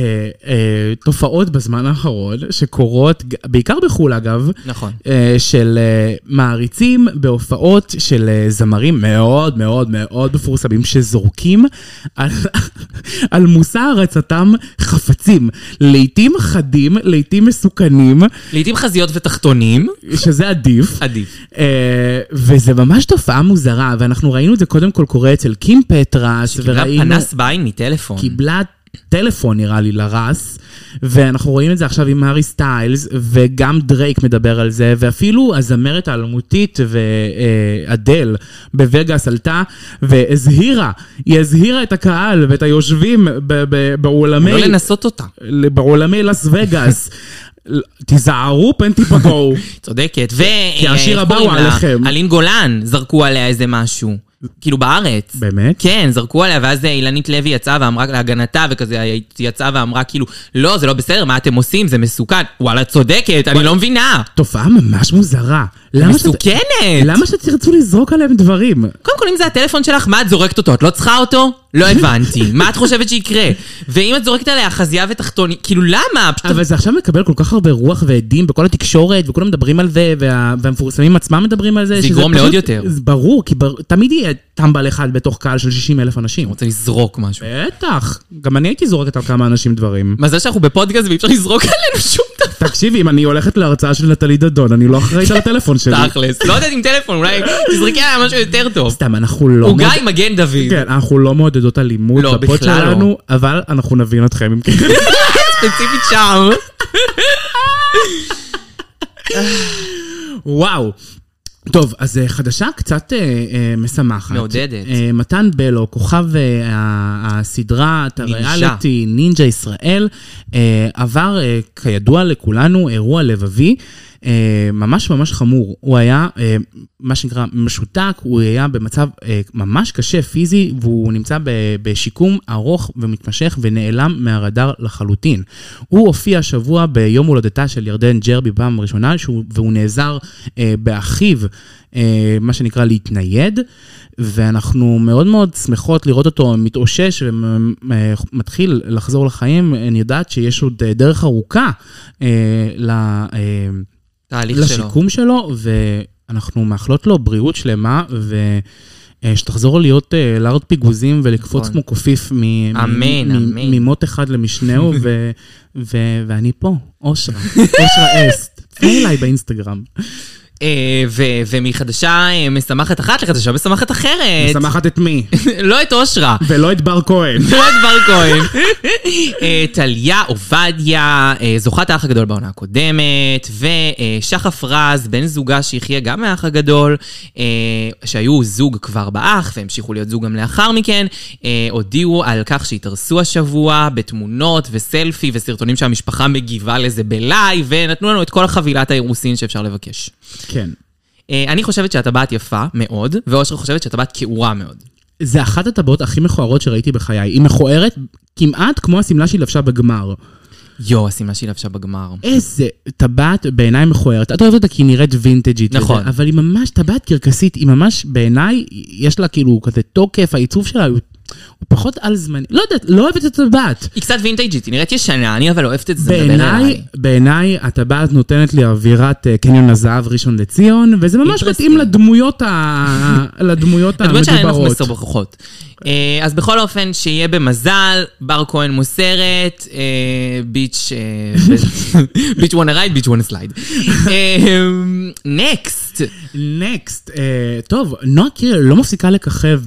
תופעות בזמן האחרון שקורות, בעיקר בחול אגב, נכון. של מעריצים בהופעות של זמרים מאוד מאוד מאוד מפורסמים שזורקים על מושא הרצתם חפצים, לעתים חדים, לעתים מסוכנים. לעתים חזיות ותחתונים. שזה עדיף. עדיף. וזה ממש תופעה מוזרה, ואנחנו ראינו את זה קודם כל קורה אצל קים פטרס, שקיבלה פנס בעין מטלפון. קיבלה טלפון נראה לי לרס, ואנחנו רואים את זה עכשיו עם הארי סטיילס, וגם דרייק מדבר על זה, ואפילו הזמרת האלמותית ואדל בווגאס עלתה, והזהירה, היא הזהירה את הקהל ואת היושבים בעולמי... לא לנסות אותה. בעולמי לס וגאס. תיזהרו פן תיפגעו. צודקת. כי השיר הבא הוא עליכם. אלין גולן זרקו עליה איזה משהו. כאילו בארץ. באמת? כן, זרקו עליה, ואז אילנית לוי יצאה ואמרה להגנתה, וכזה יצאה ואמרה כאילו, לא, זה לא בסדר, מה אתם עושים? זה מסוכן. וואלה, צודקת, אני לא מבינה. תופעה ממש מוזרה. מסוכנת. למה שתרצו לזרוק עליהם דברים? קודם כל, אם זה הטלפון שלך, מה את זורקת אותו? את לא צריכה אותו? לא הבנתי. מה את חושבת שיקרה? ואם את זורקת עליה חזייה ותחתוני, כאילו למה? אבל זה עכשיו מקבל כל כך הרבה רוח ועדים בכל התקשורת, וכולם מדברים על זה, והמפורסמים עצמם מדברים על זה. זה יגרום לעוד יותר. ברור, כי תמיד יהיה טמבל אחד בתוך קהל של 60,000 אנשים. אני רוצה לזרוק משהו. בטח. גם אני הייתי זורקת על כמה אנשים דברים. מה זה שאנחנו בפודקאסט ואי אפשר לזרוק עלינו שום דבר? תקשיבי, אם אני הולכת להרצאה של נטלי דדון, אני לא אחראית על הטלפון שלי. תכלס. לא יודעת עם טלפון, אולי תזרקי עליה משהו יותר טוב. סתם, אנחנו לא... הוא גיא מגן דוד. כן, אנחנו לא מעודדות אלימות בפוד שלנו, אבל אנחנו נבין אתכם עם כן. ספציפית שם. וואו. טוב, אז חדשה קצת משמחת. מעודדת. מתן בלו, כוכב הסדרה, הריאליטי, נינג'ה ישראל, עבר כידוע לכולנו אירוע לבבי, ממש ממש חמור. הוא היה, מה שנקרא, משותק, הוא היה במצב ממש קשה פיזי, והוא נמצא בשיקום ארוך ומתמשך ונעלם מהרדאר לחלוטין. הוא הופיע השבוע ביום הולדתה של ירדן ג'רבי פעם ראשונה, והוא נעזר באחיו, מה שנקרא להתנייד, ואנחנו מאוד מאוד שמחות לראות אותו מתאושש ומתחיל לחזור לחיים. אני יודעת שיש עוד דרך ארוכה לשיקום שלו, ואנחנו מאחלות לו בריאות שלמה, ושתחזור להיות לארד פיגוזים ולקפוץ כמו קופיף ממות אחד למשנהו, ואני פה, אושרה אסט, תפני אליי באינסטגרם. ומחדשה משמחת אחת לחדשה משמחת אחרת. משמחת את מי? לא את אושרה. ולא את בר כהן. לא את בר כהן. טליה עובדיה, זוכת האח הגדול בעונה הקודמת, ושחף רז, בן זוגה שיחיה גם מהאח הגדול, שהיו זוג כבר באח, והמשיכו להיות זוג גם לאחר מכן, הודיעו על כך שהתארסו השבוע בתמונות וסלפי וסרטונים שהמשפחה מגיבה לזה בלייב, ונתנו לנו את כל החבילת האירוסין שאפשר לבקש. כן. אני חושבת שהטבעת יפה מאוד, ואושר חושבת שהטבעת כאורה מאוד. זה אחת הטבעות הכי מכוערות שראיתי בחיי. היא מכוערת כמעט כמו הסמלה שהיא לבשה בגמר. השמלה שהיא לבשה בגמר. איזה טבעת בעיניי מכוערת. את אוהבת אותה כי היא נראית וינטג'ית. נכון. וזה, אבל היא ממש טבעת קרקסית, היא ממש בעיניי, יש לה כאילו כזה תוקף, העיצוב שלה הוא פחות על זמני. לא יודעת, לא אוהבת את הטבעת. היא קצת וינטג'ית, היא נראית ישנה, אני אבל אוהבת את זה מדבר אליי. בעיניי הטבעת נותנת לי אווירת קניון הזהב ראשון לציון, וזה ממש מתאים לדמויות הדמויות שהן אנחנו המדוברות. מסובכות. אז בכל אופן, שיהיה במזל, בר כהן מוסרת, ביץ' wanna ride, ביץ' wanna slide. נקסט. טוב, נועה קירל לא מפסיקה לככב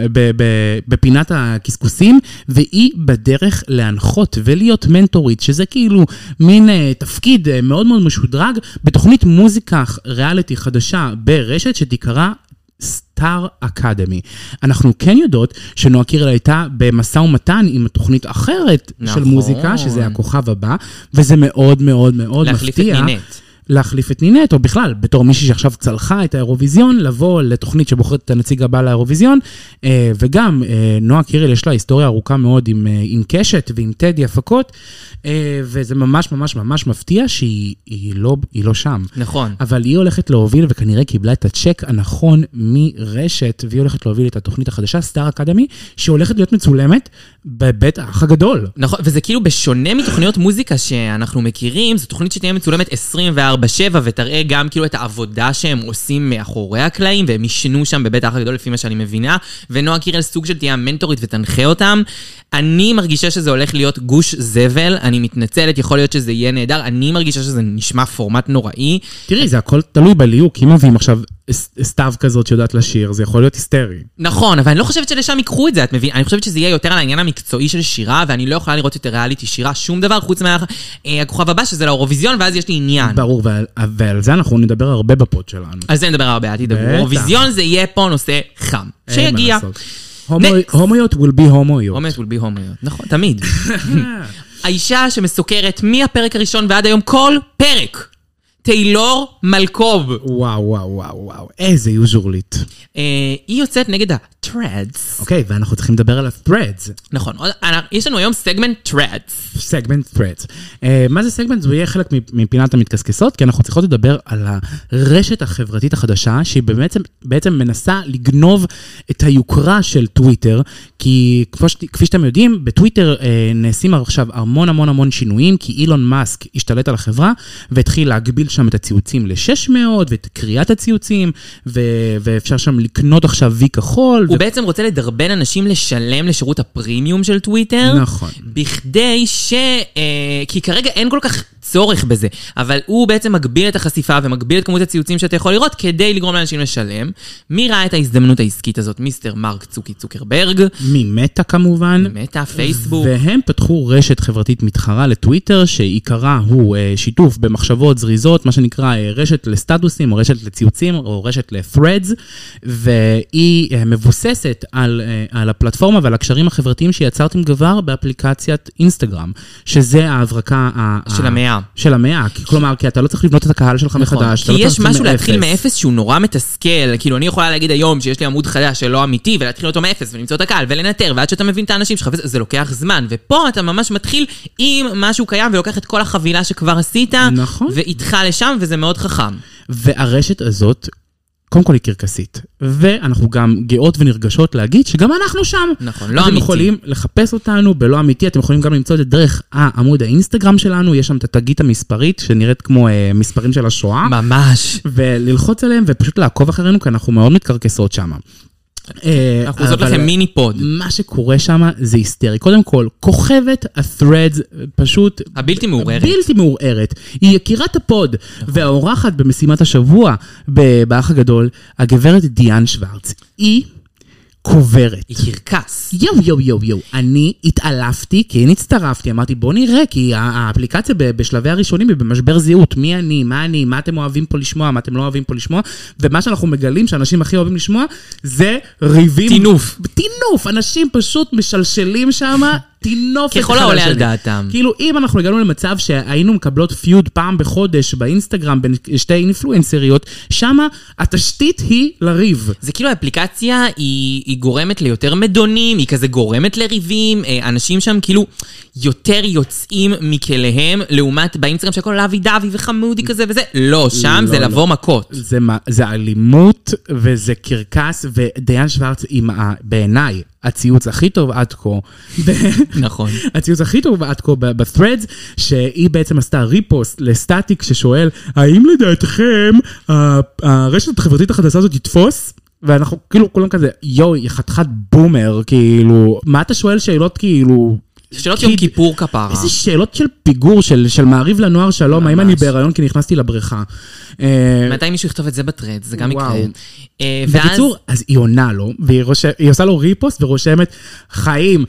בפינת הקסקוסים, והיא בדרך להנחות ולהיות מנטורית, שזה כאילו מין תפקיד מאוד מאוד משודרג, בתוכנית מוזיקה ריאליטי חדשה ברשת שתקרא סטאר אקדמי. אנחנו כן יודעות שנועה קירל הייתה במשא ומתן עם תוכנית אחרת של מוזיקה, שזה הכוכב הבא, וזה מאוד מאוד מאוד מפתיע. להחליף את נינט, או בכלל, בתור מישהי שעכשיו צלחה את האירוויזיון, לבוא לתוכנית שבוחרת את הנציג הבא לאירוויזיון, וגם נועה קירל יש לה היסטוריה ארוכה מאוד עם קשת ועם טדי הפקות, וזה ממש ממש ממש מפתיע שהיא לא שם. נכון. אבל היא הולכת להוביל, וכנראה קיבלה את הצ'ק הנכון מרשת, והיא הולכת להוביל את התוכנית החדשה, סטאר אקדמי, שהולכת להיות מצולמת בבית האח הגדול. נכון, וזה כאילו בשונה מתוכניות מוזיקה שאנחנו מכירים, זו תוכנית שתהיה מצולמת 24/7, ותראה גם כאילו את העבודה שהם עושים מאחורי הקלעים, והם ישנו שם בבית האח הגדול לפי מה שאני מבינה, ונועה קירל סוג של תהיה המנטורית ותנחה אותם. אני מרגישה שזה הולך להיות גוש זבל, אני מתנצלת, יכול להיות שזה יהיה נהדר, אני מרגישה שזה נשמע פורמט נוראי. תראי, זה הכל תלוי בליהוק, אם מביאים עכשיו סתיו כזאת שיודעת לשיר, זה יכול להיות היסטרי. נכון, אבל אני לא חושבת שלשם ייקחו את זה, את מבין? אני חושבת שזה יהיה יותר על העניין המקצועי של שירה, ואני לא יכולה לראות יותר ריאליטי שירה, שום דבר חוץ מהכוכב הבא, שזה לאירוויזיון, ואז יש לי עניין. ברור, ועל זה אנחנו נדבר הרבה בפוד שלנו. על זה נדבר הרבה, אל תדברו. אירוויזיון זה יהיה פה נושא חם. שיגיע. הומואיות will be הומואיות. הומואיות will be הומואיות, נכון, תמיד. האישה שמסוקרת מהפרק הראשון ועד היום כל פרק. טיילור מלקוב. וואו, איזה יוז'ורלית. היא יוצאת נגד ה-threads. אוקיי, ואנחנו צריכים לדבר על ה-threads. נכון, יש לנו היום סגמנט threads. סגמנט threads. מה זה סגמנט? זה יהיה חלק מפינת המתקסקסות, כי אנחנו צריכות לדבר על הרשת החברתית החדשה, שהיא בעצם מנסה לגנוב את היוקרה של טוויטר, כי כפי שאתם יודעים, בטוויטר נעשים עכשיו המון שינויים, כי אילון מאסק השתלט על החברה, והתחיל להגביל שם את הציוצים ל-600, ואת קריאת הציוצים, ואפשר שם לקנות עכשיו וי כחול. הוא בעצם רוצה לדרבן אנשים לשלם לשירות הפרימיום של טוויטר. נכון. בכדי כי כרגע אין כל כך צורך בזה, אבל הוא בעצם מגביל את החשיפה, ומגביל את כמות הציוצים שאתה יכול לראות, כדי לגרום לאנשים לשלם. מי ראה את ההזדמנות העסקית הזאת? מיסטר מרק צוקרברג. ממטה כמובן. ממטה, פייסבוק. והם פתחו רשת חברתית מתחרה לטוויטר, שעיקרה הוא שיתוף במחשבות זריזות, מה שנקרא רשת לסטטוסים, או רשת לציוצים, או רשת ל-threads, והיא מבוססת על הפלטפורמה ועל הקשרים החברתיים שיצרתם כבר באפליקציית אינסטגרם, שזה ההברקה של המאה. כלומר, כי אתה לא צריך לבנות את הקהל שלך מחדש. כי יש משהו להתחיל מאפס שהוא נורא מתסכל. כאילו, אני יכולה להגיד היום שיש לי עמוד חדש שלא אמיתי, ולהתחיל אותו מאפס, ולמצוא את הקהל, ולנטר, ועד שאתה מבין את האנשים שלך, זה לוקח זמן. ופה אתה ממש מתחיל עם משהו קיים, ולוקח את כל החבילה שכבר עשית, ואיתך לשם, וזה מאוד חכם. והרשת הזאת, קודם כל היא קרקסית. ואנחנו גם גאות ונרגשות להגיד שגם אנחנו שם. נכון, לא אתם אמיתי. אתם יכולים לחפש אותנו בלא אמיתי, אתם יכולים גם למצוא את זה דרך עמוד האינסטגרם שלנו, יש שם את התגית המספרית, שנראית כמו מספרים של השואה. ממש. וללחוץ עליהם ופשוט לעקוב אחרינו, כי אנחנו מאוד מתקרקסות שם. אנחנו עושות לכם מיני פוד. מה שקורה שם זה היסטרי. קודם כל, כוכבת ה-threads פשוט... הבלתי מעוררת. בלתי מעוררת. היא יקירת הפוד, והאורחת במשימת השבוע באח הגדול, הגברת דיאן שוורץ. היא קוברת. היא קרקס. יו. אני התעלפתי, כי אני הצטרפתי, אמרתי בוא נראה, כי האפליקציה בשלבי הראשונים היא במשבר זהות, מי אני, מה אתם אוהבים פה לשמוע, מה אתם לא אוהבים פה לשמוע, ומה שאנחנו מגלים שאנשים הכי אוהבים לשמוע, זה ריבים. טינוף. אנשים פשוט משלשלים שם טינופת ככל העולה על דעתם. כאילו, אם אנחנו הגענו למצב שהיינו מקבלות פיוד פעם בחודש באינסטגרם בין שתי אינפלואנסריות, שמה התשתית היא לריב. זה כאילו האפליקציה היא גורמת ליותר מדונים, היא כזה גורמת לריבים, אנשים שם כאילו יותר יוצאים מכליהם, לעומת באינסטגרם שהכל לוי דווי וחמודי כזה וזה, לא, שם זה לבוא מכות. זה אלימות וזה קרקס, ודיין שוורץ עם בעיניי, הציוץ הכי טוב עד כה. נכון. הציוץ הכי טוב עד כה ב-threads, שהיא בעצם עשתה ריפוסט לסטטיק ששואל, האם לדעתכם הרשת החברתית החדשה הזאת יתפוס? ואנחנו כאילו כולם כזה, יוי, חתיכת בומר, כאילו, מה אתה שואל שאלות כאילו... שאלות יום כיפור כפרה. איזה שאלות של פיגור, של מעריב לנוער שלום, האם אני בהיריון כי נכנסתי לבריכה. מתי מישהו יכתוב את זה בטרד, זה גם יקרה. בקיצור, אז היא עונה לו, והיא עושה לו ריפוסט ורושמת, חיים,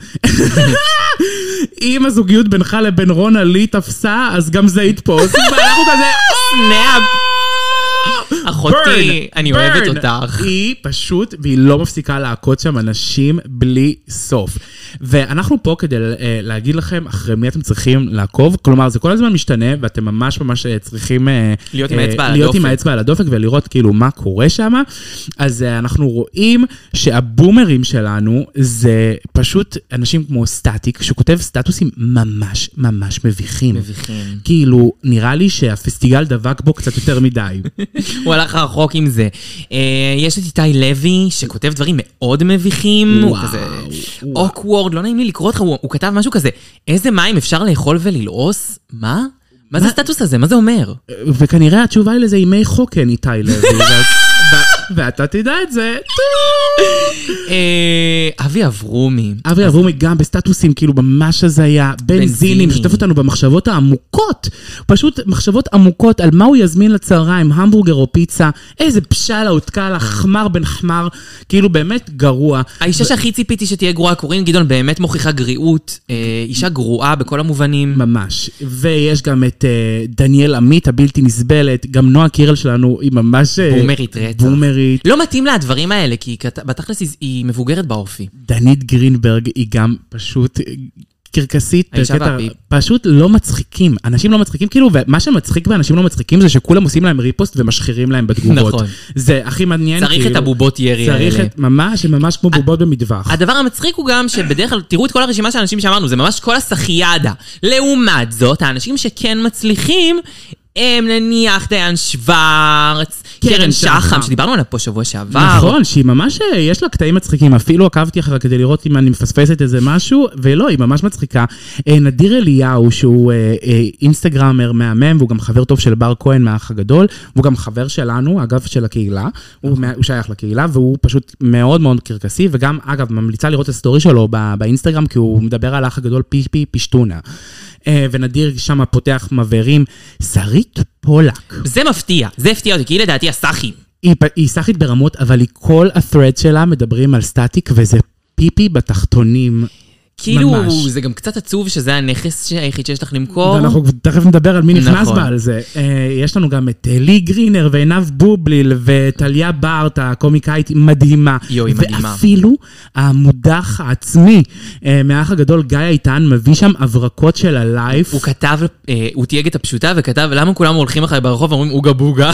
אם הזוגיות בינך לבין רונה לי תפסה, אז גם זה יתפוס. ואנחנו כזה, סנאפ. אחותי, אני אוהבת אותך. היא פשוט, והיא לא מפסיקה להכות שם אנשים בלי סוף. ואנחנו פה כדי להגיד לכם אחרי מי אתם צריכים לעקוב, כלומר זה כל הזמן משתנה, ואתם ממש ממש צריכים להיות עם האצבע על הדופק, ולראות כאילו מה קורה שם. אז אנחנו רואים שהבומרים שלנו, זה פשוט אנשים כמו סטטיק, שכותב סטטוסים ממש ממש מביכים. כאילו, נראה לי שהפסטיגל דבק בו קצת יותר מדי. הוא הלך רחוק עם זה. יש את איתי לוי, שכותב דברים מאוד מביכים, הוא כזה awkward, לא נעים לי לקרוא אותך, הוא כתב משהו כזה, איזה מים אפשר לאכול וללעוס? מה? מה זה הסטטוס הזה? מה זה אומר? וכנראה התשובה היא לזה ימי חוקן, איתי לוי, ואתה תדע את זה. אבי אברומי. אבי אברומי גם בסטטוסים, כאילו ממש הזיה, בנזינים, שותף אותנו במחשבות העמוקות, פשוט מחשבות עמוקות על מה הוא יזמין לצהריים, המבורגר או פיצה, איזה פשל ההותקה לחמר בן חמר, כאילו באמת גרוע. האישה שהכי ציפיתי שתהיה גרועה, קורין גדעון באמת מוכיחה גריעות, אישה גרועה בכל המובנים. ממש. ויש גם את דניאל עמית, הבלתי נסבלת, גם נועה קירל שלנו, היא ממש... בומרית רצח. בומרית. לא מתאים לה הדברים האלה, כי בתכלס היא מבוגרת באופי. דנית גרינברג היא גם פשוט קרקסית, פשוט לא מצחיקים. אנשים לא מצחיקים, כאילו, ומה שמצחיק באנשים לא מצחיקים זה שכולם עושים להם ריפוסט ומשחירים להם בתגובות. נכון. זה הכי מעניין. צריך את הבובות ירי האלה. צריך את, ממש כמו בובות במטווח. הדבר המצחיק הוא גם שבדרך כלל, תראו את כל הרשימה של האנשים שאמרנו, זה ממש כל הסחיידה. לעומת זאת, האנשים שכן מצליחים, הם נניח דיין שוורץ, קרן שחם, שדיברנו עליו פה שבוע שעבר. נכון, שהיא ממש, יש לה קטעים מצחיקים, אפילו עקבתי אחר כדי לראות אם אני מפספסת איזה משהו, ולא, היא ממש מצחיקה. נדיר אליהו, שהוא אינסטגרמר מהמם, והוא גם חבר טוב של בר כהן מהאח הגדול, והוא גם חבר שלנו, אגב של הקהילה, הוא שייך לקהילה, והוא פשוט מאוד מאוד קרקסי, וגם, אגב, ממליצה לראות את הסטורי שלו באינסטגרם, כי הוא מדבר על האח הגדול פי פשטונה. ונדיר שם פותח מבהרים, שרית פולק. זה מפתיע, זה הפתיע אותי, כי היא לדעתי הסאחי. היא סאחית ברמות, אבל כל ה-thread שלה מדברים על סטטיק, וזה פיפי בתחתונים. כאילו, זה גם קצת עצוב שזה הנכס היחיד שיש לך למכור. ואנחנו תכף נדבר על מי נכנס בה על זה. יש לנו גם את לי גרינר ועינב בובליל וטליה בארט, הקומיקאית מדהימה. יואי, מדהימה. ואפילו המודח העצמי מהאח הגדול גיא איתן מביא שם הברקות של הלייף. הוא כתב, הוא תייג את הפשוטה וכתב, למה כולם הולכים אחרי ברחוב ואומרים אוגה בוגה?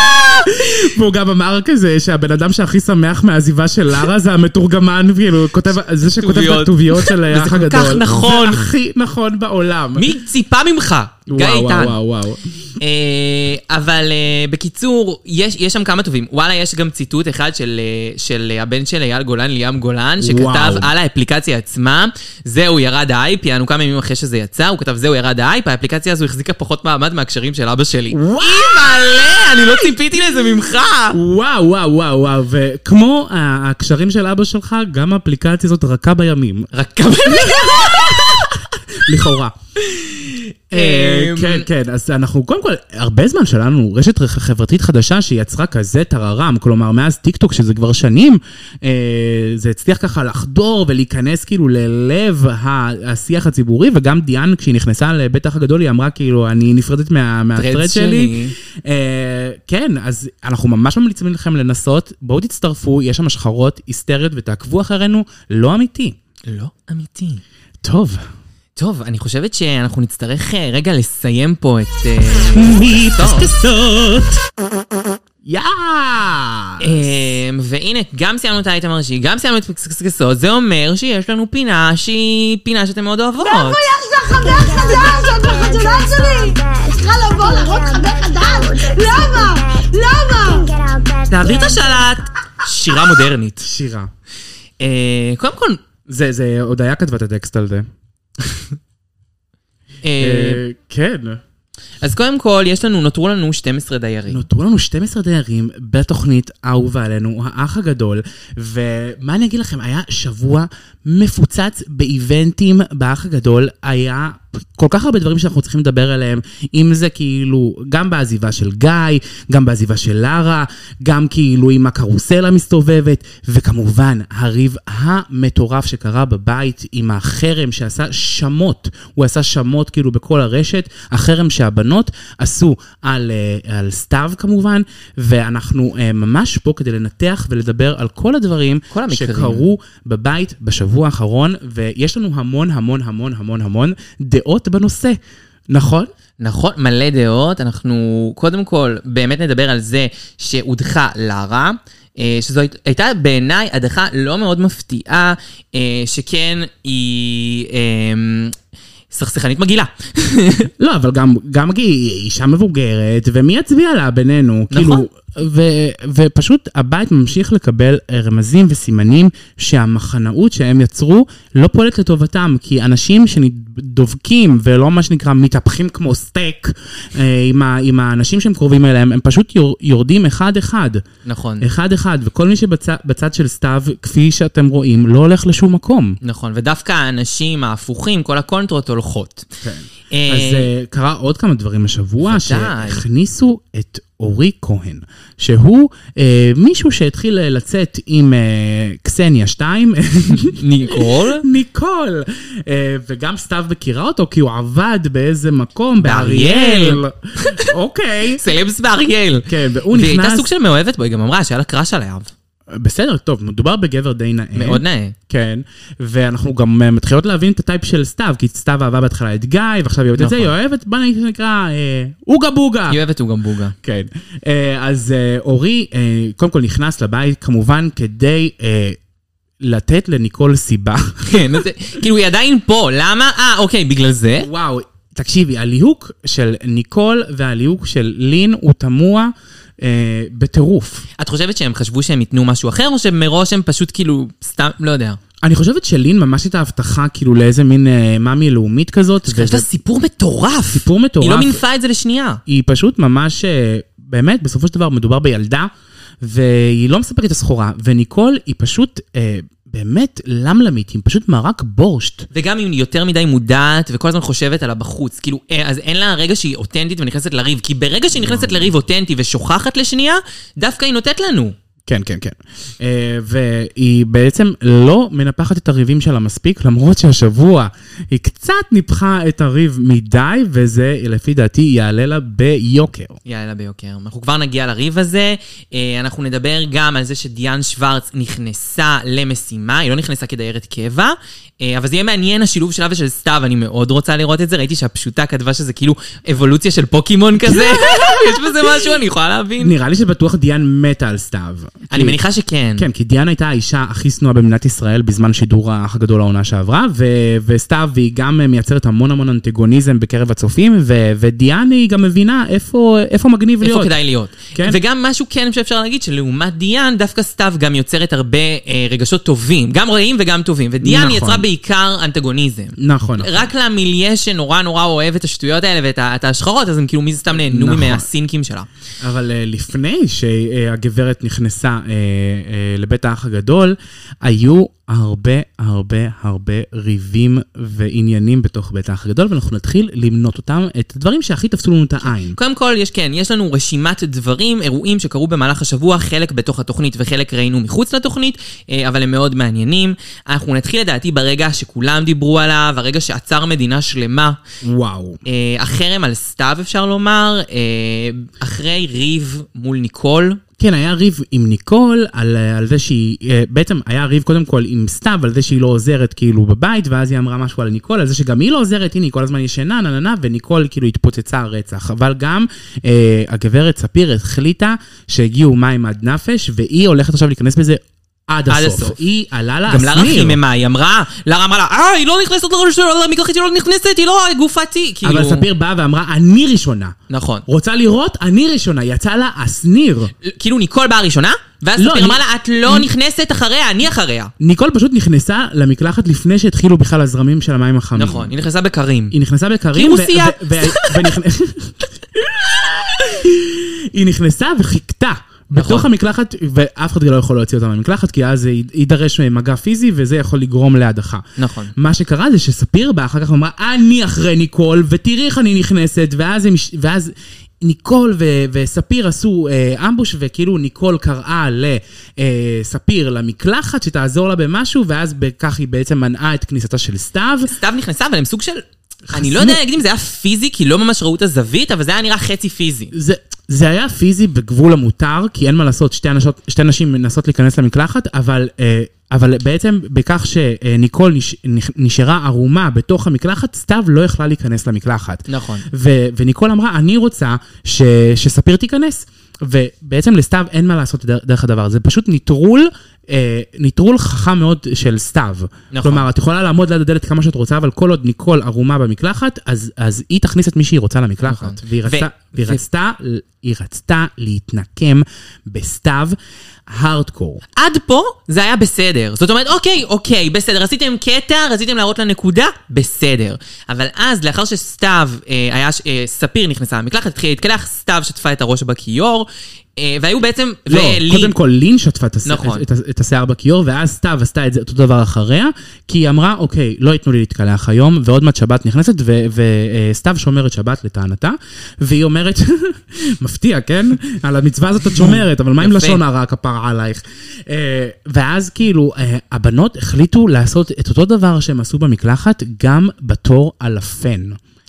והוא גם אמר כזה שהבן אדם שהכי שמח מהעזיבה של לרה זה המתורגמן, זה שכותב בכתוביות של האח הגדול. זה כל כך נכון. זה הכי נכון בעולם. מי ציפה ממך? גיא איתן. וואו. אבל בקיצור, יש שם כמה טובים. וואלה, יש גם ציטוט אחד של הבן של אייל גולן, ליאם גולן, שכתב על האפליקציה עצמה, זהו ירד האייפ, יענו כמה ימים אחרי שזה יצא, הוא כתב זהו ירד האייפ, האפליקציה הזו החזיקה פחות מעמד מהקשרים של אבא שלי. אימא'לה, אני לא ציפיתי לזה ממך. וואו, וכמו הקשרים של אבא שלך, גם האפליקציה הזאת רכה בימים. לכאורה. כן, אז אנחנו קודם כל, הרבה זמן שלנו רשת חברתית חדשה שיצרה כזה טררם, כלומר מאז טיקטוק שזה כבר שנים, זה הצליח ככה לחדור ולהיכנס כאילו ללב השיח הציבורי, וגם דיאן כשהיא נכנסה לבית האח הגדול היא אמרה כאילו אני נפרדת מהטרד שלי. כן, אז אנחנו ממש ממליצים לכם לנסות, בואו תצטרפו, יש שם השחרות היסטריות ותעקבו אחרינו, לא אמיתי. לא אמיתי. טוב, אני חושבת שאנחנו נצטרך רגע לסיים פה את... מקסקסות! והנה, גם סיימנו את האייטם הראשי, גם סיימנו את מקסקסות, זה אומר שיש לנו פינה שהיא פינה שאתם מאוד אוהבות. איפה יש לך חבר חדש? את בחתונה שלי! צריכה לבוא להראות חבר חדש! למה? תעביר את השלט. שירה מודרנית. שירה. קודם כל... זה הודיה כתבה את הטקסט על זה. כן. אז קודם כל, נותרו לנו 12 דיירים. נותרו לנו 12 דיירים בתוכנית אהובה עלינו, האח הגדול, ומה אני אגיד לכם, היה שבוע מפוצץ באיבנטים באח הגדול, היה כל כך הרבה דברים שאנחנו צריכים לדבר עליהם, אם זה כאילו, גם בעזיבה של גיא, גם בעזיבה של לרה, גם כאילו עם הקרוסלה מסתובבת, וכמובן, הריב המטורף שקרה בבית עם החרם שעשה שמות, הוא עשה שמות כאילו בכל הרשת, החרם שהבנות עשו על סתיו כמובן, ואנחנו ממש פה כדי לנתח ולדבר על כל הדברים שקרו בבית בשבוע האחרון, ויש לנו המון דעות בנושא, נכון? נכון, מלא דעות. אנחנו קודם כל באמת נדבר על זה שהודחה לרה, שזו הייתה בעיניי הדחה לא מאוד מפתיעה, שכן היא... סכסכנית מגילה. לא, אבל גם היא אישה מבוגרת, ומי יצביע לה בינינו? נכון. ופשוט הבית ממשיך לקבל רמזים וסימנים שהמחנאות שהם יצרו לא פועלת לטובתם, כי אנשים שדובקים ולא מה שנקרא מתהפכים כמו סטייק, עם האנשים שהם קרובים אליהם, הם פשוט יורדים אחד-אחד. נכון. אחד-אחד, וכל מי שבצד של סתיו, כפי שאתם רואים, לא הולך לשום מקום. נכון, ודווקא האנשים ההפוכים, כל הקונטרות הולכות. כן. אז קרה עוד כמה דברים השבוע, שהכניסו את אורי כהן, שהוא מישהו שהתחיל לצאת עם קסניה 2, ניקול, וגם סתיו מכירה אותו, כי הוא עבד באיזה מקום, באריאל. אוקיי. סלבס באריאל. כן, והוא נכנס... והייתה סוג של מאוהבת בו, היא גם אמרה שהיה לה קראש עליו. בסדר, טוב, מדובר בגבר די נאה. מאוד נאה. כן, ואנחנו גם מתחילות להבין את הטייפ של סתיו, כי סתיו אהבה בהתחלה את גיא, ועכשיו היא אוהבת את זה, היא אוהבת, בוא נקרא, אוגה בוגה. היא אוהבת אוגה בוגה. כן, אז אורי, קודם כל נכנס לבית, כמובן כדי לתת לניקול סיבה. כן, כאילו היא עדיין פה, למה? אוקיי, בגלל זה. וואו, תקשיבי, הליהוק של ניקול והליהוק של לין הוא תמוה, בטירוף. את חושבת שהם חשבו שהם ייתנו משהו אחר, או שמראש הם פשוט כאילו, סתם, לא יודע. אני חושבת שלין ממש הייתה הבטחה כאילו לאיזה מין מאמי לאומית כזאת. יש לה סיפור מטורף. סיפור מטורף. היא לא מנפה את זה לשנייה. היא פשוט ממש, באמת, בסופו של דבר מדובר בילדה, והיא לא מספקת את הסחורה, וניקול היא פשוט... באמת למלמית, היא פשוט מרק בורשט. וגם היא יותר מדי מודעת, וכל הזמן חושבת עליו בחוץ. כאילו, אז אין לה רגע שהיא אותנטית ונכנסת לריב, כי ברגע שהיא נכנסת לריב אותנטי ושוכחת לשנייה, דווקא היא נותנת לנו. כן. והיא בעצם לא מנפחת את הריבים שלה מספיק, למרות שהשבוע היא קצת ניפחה את הריב מדי, וזה לפי דעתי יעלה לה ביוקר. אנחנו כבר נגיע לריב הזה, אנחנו נדבר גם על זה שדיאן שוורץ נכנסה למשימה, היא לא נכנסה כדיירת קבע, אבל זה יהיה מעניין השילוב שלה ושל סתיו, אני מאוד רוצה לראות את זה, ראיתי שהפשוטה כתבה שזה כאילו אבולוציה של פוקימון כזה, יש בזה משהו, אני יכולה להבין. נראה לי שבטוח דיאן מתה על סתיו. אני מניחה שכן. כן, כי דיאן הייתה האישה הכי שנואה במדינת ישראל בזמן שידור האח הגדול העונה שעברה, וסתיו היא גם מייצרת המון אנטגוניזם בקרב הצופים, ודיאן היא גם מבינה איפה מגניב להיות. איפה כדאי להיות. וגם משהו כן שאפשר להגיד, שלעומת דיאן, דווקא סתיו גם יוצרת הרבה רגשות טובים, גם רעים וגם טובים, ודיאן יצרה בעיקר אנטגוניזם. נכון. רק למיליה שנורא אוהב את השטויות האלה ואת ההשחרות, אז הם כאילו מי זה סתם נהנו מהסינקים שלה. אבל לפני שהגברת נכנסה לבית האח הגדול, היו הרבה ריבים ועניינים בתוך בית האח הגדול, ואנחנו נתחיל למנות אותם, את הדברים שהכי תפסו לנו את העין. קודם כל, יש לנו רשימת דברים, אירועים שקרו במהלך השבוע, חלק בתוך התוכנית וחלק ראינו מחוץ לתוכנית, אבל הם מאוד מעניינים. אנחנו נתחיל לדעתי ברגע שכולם דיברו עליו, הרגע שעצר מדינה שלמה. וואו. החרם על סתיו אפשר לומר, אחרי ריב מול ניקול. כן, היה ריב עם ניקול על זה שהיא, בעצם היה ריב קודם כל עם סתיו, על זה שהיא לא עוזרת כאילו בבית, ואז היא אמרה משהו על ניקול, על זה שגם היא לא עוזרת, הנה, היא כל הזמן ישנה, וניקול כאילו התפוצצה הרצח. אבל גם הגברת ספיר החליטה שהגיעו מים עד נפש, והיא הולכת עכשיו להיכנס בזה עד הסוף. היא עלה לה גם לרה חיממה, היא אמרה לה, היא לא נכנסת למקלחת, היא לא נכנסת, היא לא גופתי. אבל ספיר באה ואמרה, אני ראשונה. נכון. רוצה לראות? אני ראשונה. יצא לה הסניר. כאילו ניקול באה ראשונה, ואז ספיר אמרה לה, את לא נכנסת אחריה, אני אחריה. ניקול פשוט נכנסה למקלחת לפני שהתחילו בכלל הזרמים של המים החמים. נכון, היא נכנסה בקרים. היא נכנסה בקרים. כי רוסיה. היא נכנסה וחיכתה. בתוך המקלחת, ואף אחד לא יכול להוציא אותה מהמקלחת, כי אז יידרש מגע פיזי, וזה יכול לגרום להדחה. נכון. מה שקרה זה שספיר בה, אחר כך אמרה, אני אחרי ניקול, ותראי איך אני נכנסת, ואז ניקול וספיר עשו אמבוש, וכאילו ניקול קראה לספיר למקלחת, שתעזור לה במשהו, ואז בכך היא בעצם מנעה את כניסתה של סתיו. סתיו נכנסה, אבל הם סוג של... אני לא יודע להגיד אם זה היה פיזי, כי לא ממש ראו את הזווית, אבל זה היה נראה חצי פיזי. זה היה פיזי בגבול המותר, כי אין מה לעשות, שתי נשים מנסות להיכנס למקלחת, אבל בעצם בכך שניקול נשארה ערומה בתוך המקלחת, סתיו לא יכלה להיכנס למקלחת. נכון. וניקול אמרה, אני רוצה שספיר תיכנס, ובעצם לסתיו אין מה לעשות דרך הדבר. זה פשוט ניטרול חכם מאוד של סתיו. נכון. כלומר, את יכולה לעמוד ליד הדלת כמה שאת רוצה, אבל כל עוד ניקול ערומה במקלחת, אז היא תכניס את מי שהיא רוצה למקלחת. והיא רצתה להתנקם בסתיו הארדקור. עד פה זה היה בסדר. זאת אומרת, אוקיי, בסדר. רציתם קטע, רציתם להראות לנקודה, בסדר. אבל אז, לאחר שסתיו, ספיר נכנסה למקלחת, התחילה להתקלח, סתיו שטפה את הראש בכיור, והיו בעצם... לא, קודם כל לין שטפה את השיער בכיור, ואז סתיו עשתה את זה אותו דבר אחריה, כי היא אמרה, אוקיי, לא ייתנו לי להתקלח היום, ועוד מעט שבת נכנסת, וסתיו שומרת שבת לטענתה, והיא אומרת, מפתיע, כן? על המצווה הזאת את שומרת, אבל מה עם לשון הרע כפרה עלייך? ואז כאילו, הבנות החליטו לעשות את אותו דבר שהם עשו במקלחת, גם בתור על הפן.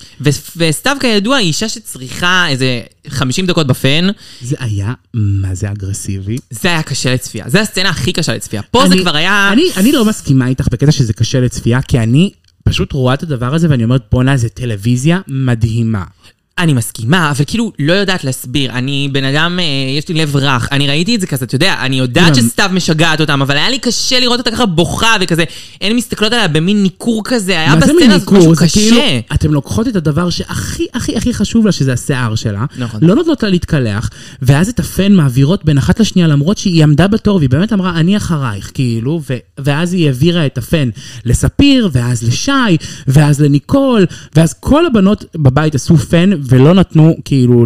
וסתיו כידוע היא אישה שצריכה איזה 50 דקות בפן. זה היה, מה זה אגרסיבי? זה היה קשה לצפייה. זה הסצנה הכי קשה לצפייה. פה זה כבר היה... אני לא מסכימה איתך בקטע שזה קשה לצפייה, כי אני פשוט רואה את הדבר הזה ואני אומרת, בונה, זה טלוויזיה מדהימה. אני מסכימה, אבל כאילו לא יודעת להסביר. אני בן אדם, יש לי לב רך. אני ראיתי את זה כזה, אתה יודע, אני יודעת שסתיו משגעת אותם, אבל היה לי קשה לראות אותה ככה בוכה וכזה. הן מסתכלות עליה במין ניקור כזה. היה בסצנה הזאת משהו קשה. אתם לוקחות את הדבר שהכי הכי הכי חשוב לה, שזה השיער שלה. לא נותנות לה להתקלח, ואז את הפן מעבירות בין אחת לשנייה, למרות שהיא עמדה בתור, והיא באמת אמרה, אני אחרייך, כאילו, ואז היא העבירה את הפן לספיר, ואז לשי, ואז לניקול, ואז כל הבנות בבית עשו פן, ולא נתנו כאילו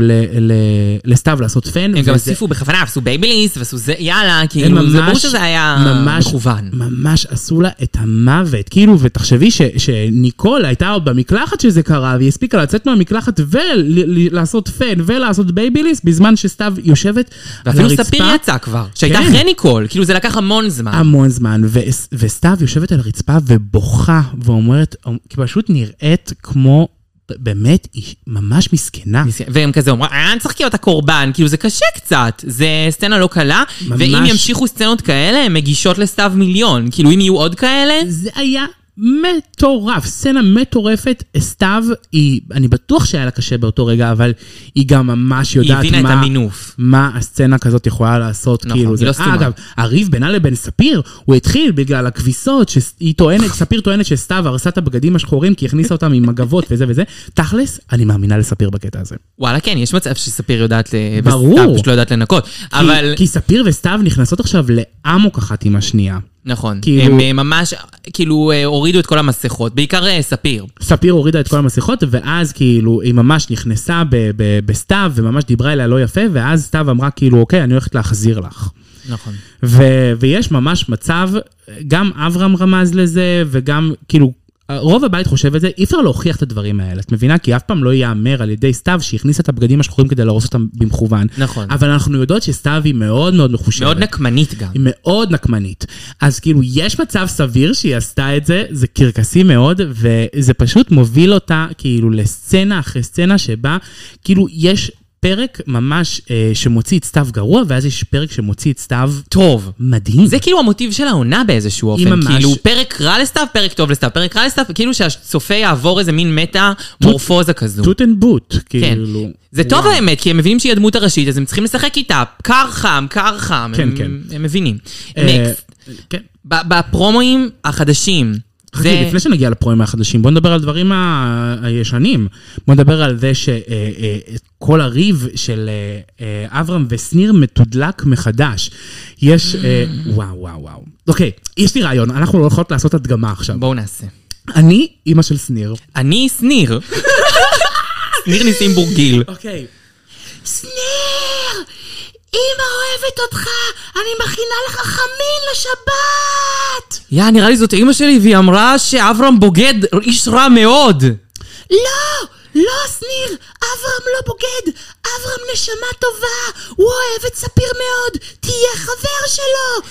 לסתיו לעשות פן. הם גם הוסיפו בכוונה, עשו בייביליס, ועשו זה, יאללה, כאילו, זה ברור שזה היה מכוון. ממש עשו לה את המוות, כאילו, ותחשבי שניקול הייתה עוד במקלחת שזה קרה, והיא הספיקה לצאת מהמקלחת ולעשות פן ולעשות בייביליס, בזמן שסתיו יושבת על הרצפה. ואפילו ספיר יצא כבר, שהייתה אחרי ניקול, כאילו זה לקח המון זמן. המון זמן, וסתיו יושבת על הרצפה ובוכה, ואומרת, פשוט נראית כמו באמת היא ממש מסכנה. והם כזה אומרים, אני צחקי אותה קורבן, כאילו זה קשה קצת, זה סצנה לא קלה, ואם ימשיכו סצנות כאלה, הם מגישות לסתיו מיליון, כאילו אם יהיו עוד כאלה... זה היה מטורף, סצנה מטורפת, סתיו, אני בטוח שהיה לה קשה באותו רגע, אבל היא גם ממש יודעת מה הסצנה כזאת יכולה לעשות, כאילו זה. אגב, הריב בינה לבין ספיר, הוא התחיל בגלל הכביסות, ספיר טוענת שסתיו הרסה את הבגדים השחורים, כי הכניסה אותם עם מגבות וזה וזה, תכלס, אני מאמינה לספיר בקטע הזה. וואלה, כן, יש מצב שספיר יודעת, ברור. וסתיו פשוט לא יודעת לנקות, אבל... כי ספיר וסתיו נכנסות עכשיו לאמוק אחת עם השנייה. נכון, הם ממש, כאילו, הורידו את כל המסכות, בעיקר ספיר. ספיר הורידה את כל המסכות, ואז כאילו, היא ממש נכנסה בסתיו, וממש דיברה אליה לא יפה, ואז סתיו אמרה כאילו, אוקיי, אני הולכת להחזיר לך. נכון. ויש ממש מצב, גם אברהם רמז לזה, וגם כאילו, רוב הבית חושב את זה, אי אפשר להוכיח את הדברים האלה. את מבינה? כי אף פעם לא יאמר על ידי סתיו שהכניס את הבגדים השחורים כדי להרוס אותם במכוון. נכון. אבל אנחנו יודעות שסתיו היא מאוד מאוד מחושבת. מאוד נקמנית גם. היא מאוד נקמנית. אז כאילו, יש מצב סביר שהיא עשתה את זה, זה קרקסי מאוד, וזה פשוט מוביל אותה כאילו לסצנה אחרי סצנה שבה, כאילו יש פרק ממש שמוציא את סתיו גרוע, ואז יש פרק שמוציא את סתיו טוב. מדהים. זה כאילו המוטיב של העונה באיזשהו אופן. כאילו פרק רע לסתיו, פרק טוב לסתיו, פרק רע לסתיו, כאילו שהצופה יעבור איזה מין מטה מורפוזה כזו. טוט אנד בוט, כאילו. זה טוב האמת, כי הם מבינים שהיא הדמות הראשית, אז הם צריכים לשחק איתה. קר חם. הם מבינים. בפרומואים החדשים, לפני שנגיע לפרומים החדשים, בוא נדבר על דברים הישנים. בוא נדבר על זה שכל הריב של אברהם וסניר מתודלק מחדש. יש, וואו. אוקיי, יש לי רעיון, אנחנו לא יכולות לעשות הדגמה עכשיו. בואו נעשה. אני אמא של סניר. אני סניר. סניר ניסים בורגיל. אוקיי. סניר! אמא אוהבת אותך, אני מכינה לך חמין לשבת! נראה לי זאת אמא שלי, והיא אמרה שאברהם בוגד איש רע מאוד. לא, סניר, אברהם לא בוגד, אברהם נשמה טובה, הוא אוהב את ספיר מאוד, תהיה חבר שלו,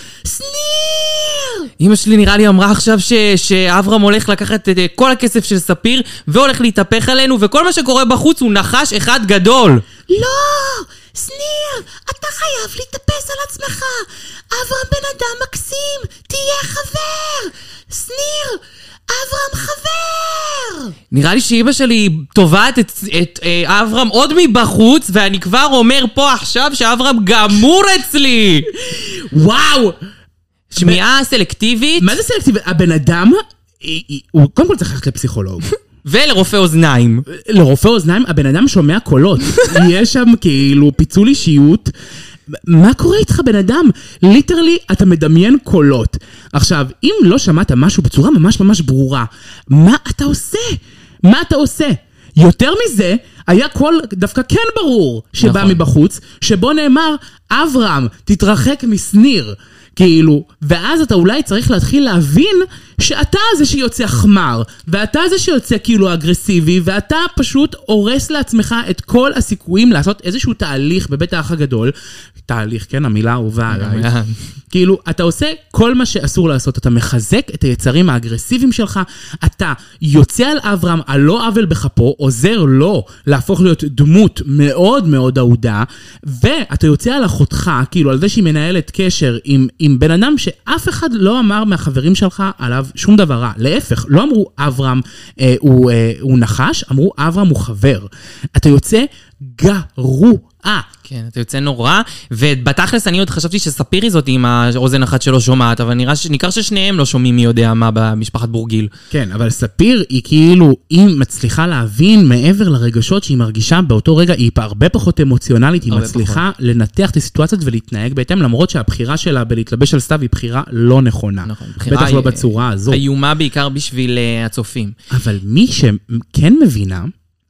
סניר! אמא שלי נראה לי אמרה עכשיו שאברהם הולך לקחת את כל הכסף של ספיר, והולך להתהפך עלינו, וכל מה שקורה בחוץ הוא נחש אחד גדול. לא! סניר, אתה חייב להתאפס על עצמך. אברהם בן אדם מקסים, תהיה חבר. סניר, אברהם חבר. נראה לי שאמא שלי תובעת את אברהם עוד מבחוץ, ואני כבר אומר פה עכשיו שאברהם גמור אצלי. וואו! שמיעה סלקטיבית. מה זה סלקטיבית? הבן אדם, הוא קודם כל צריך ללכת לפסיכולוג. ולרופא אוזניים. לרופא אוזניים, הבן אדם שומע קולות. יש שם כאילו פיצול אישיות. מה קורה איתך בן אדם? ליטרלי אתה מדמיין קולות. עכשיו, אם לא שמעת משהו בצורה ממש ממש ברורה, מה אתה עושה? מה אתה עושה? יותר מזה, היה קול דווקא כן ברור שבא מבחוץ, שבו נאמר, אברהם, תתרחק מסניר. כאילו, ואז אתה אולי צריך להתחיל להבין שאתה זה שיוצא חמר, ואתה זה שיוצא כאילו אגרסיבי, ואתה פשוט הורס לעצמך את כל הסיכויים לעשות איזשהו תהליך בבית האח הגדול. תהליך, כן, המילה אהובה עליי. כאילו, אתה עושה כל מה שאסור לעשות, אתה מחזק את היצרים האגרסיביים שלך, אתה יוצא על אברהם, על לא עוול בכפו, עוזר לו להפוך להיות דמות מאוד מאוד אהודה, ואתה יוצא על אחותך, כאילו, על זה שהיא מנהלת קשר עם בן אדם שאף אחד לא אמר מהחברים שלך עליו שום דבר רע. להפך, לא אמרו אברהם הוא נחש, אמרו אברהם הוא חבר. אתה יוצא גרוע. כן, אתה יוצא נורא, ובתכלס אני עוד חשבתי שספירי זאת עם האוזן אחת שלא שומעת, אבל ניכר ששניהם לא שומעים מי יודע מה במשפחת בורגיל. כן, אבל ספיר היא כאילו, היא מצליחה להבין מעבר לרגשות שהיא מרגישה באותו רגע, היא הרבה פחות אמוציונלית, היא מצליחה לנתח את הסיטואציות ולהתנהג בהתאם, למרות שהבחירה שלה בלהתלבש על סתיו היא בחירה לא נכונה. בטח לא בצורה הזו. איומה בעיקר בשביל הצופים. אבל מי שכן מבינה,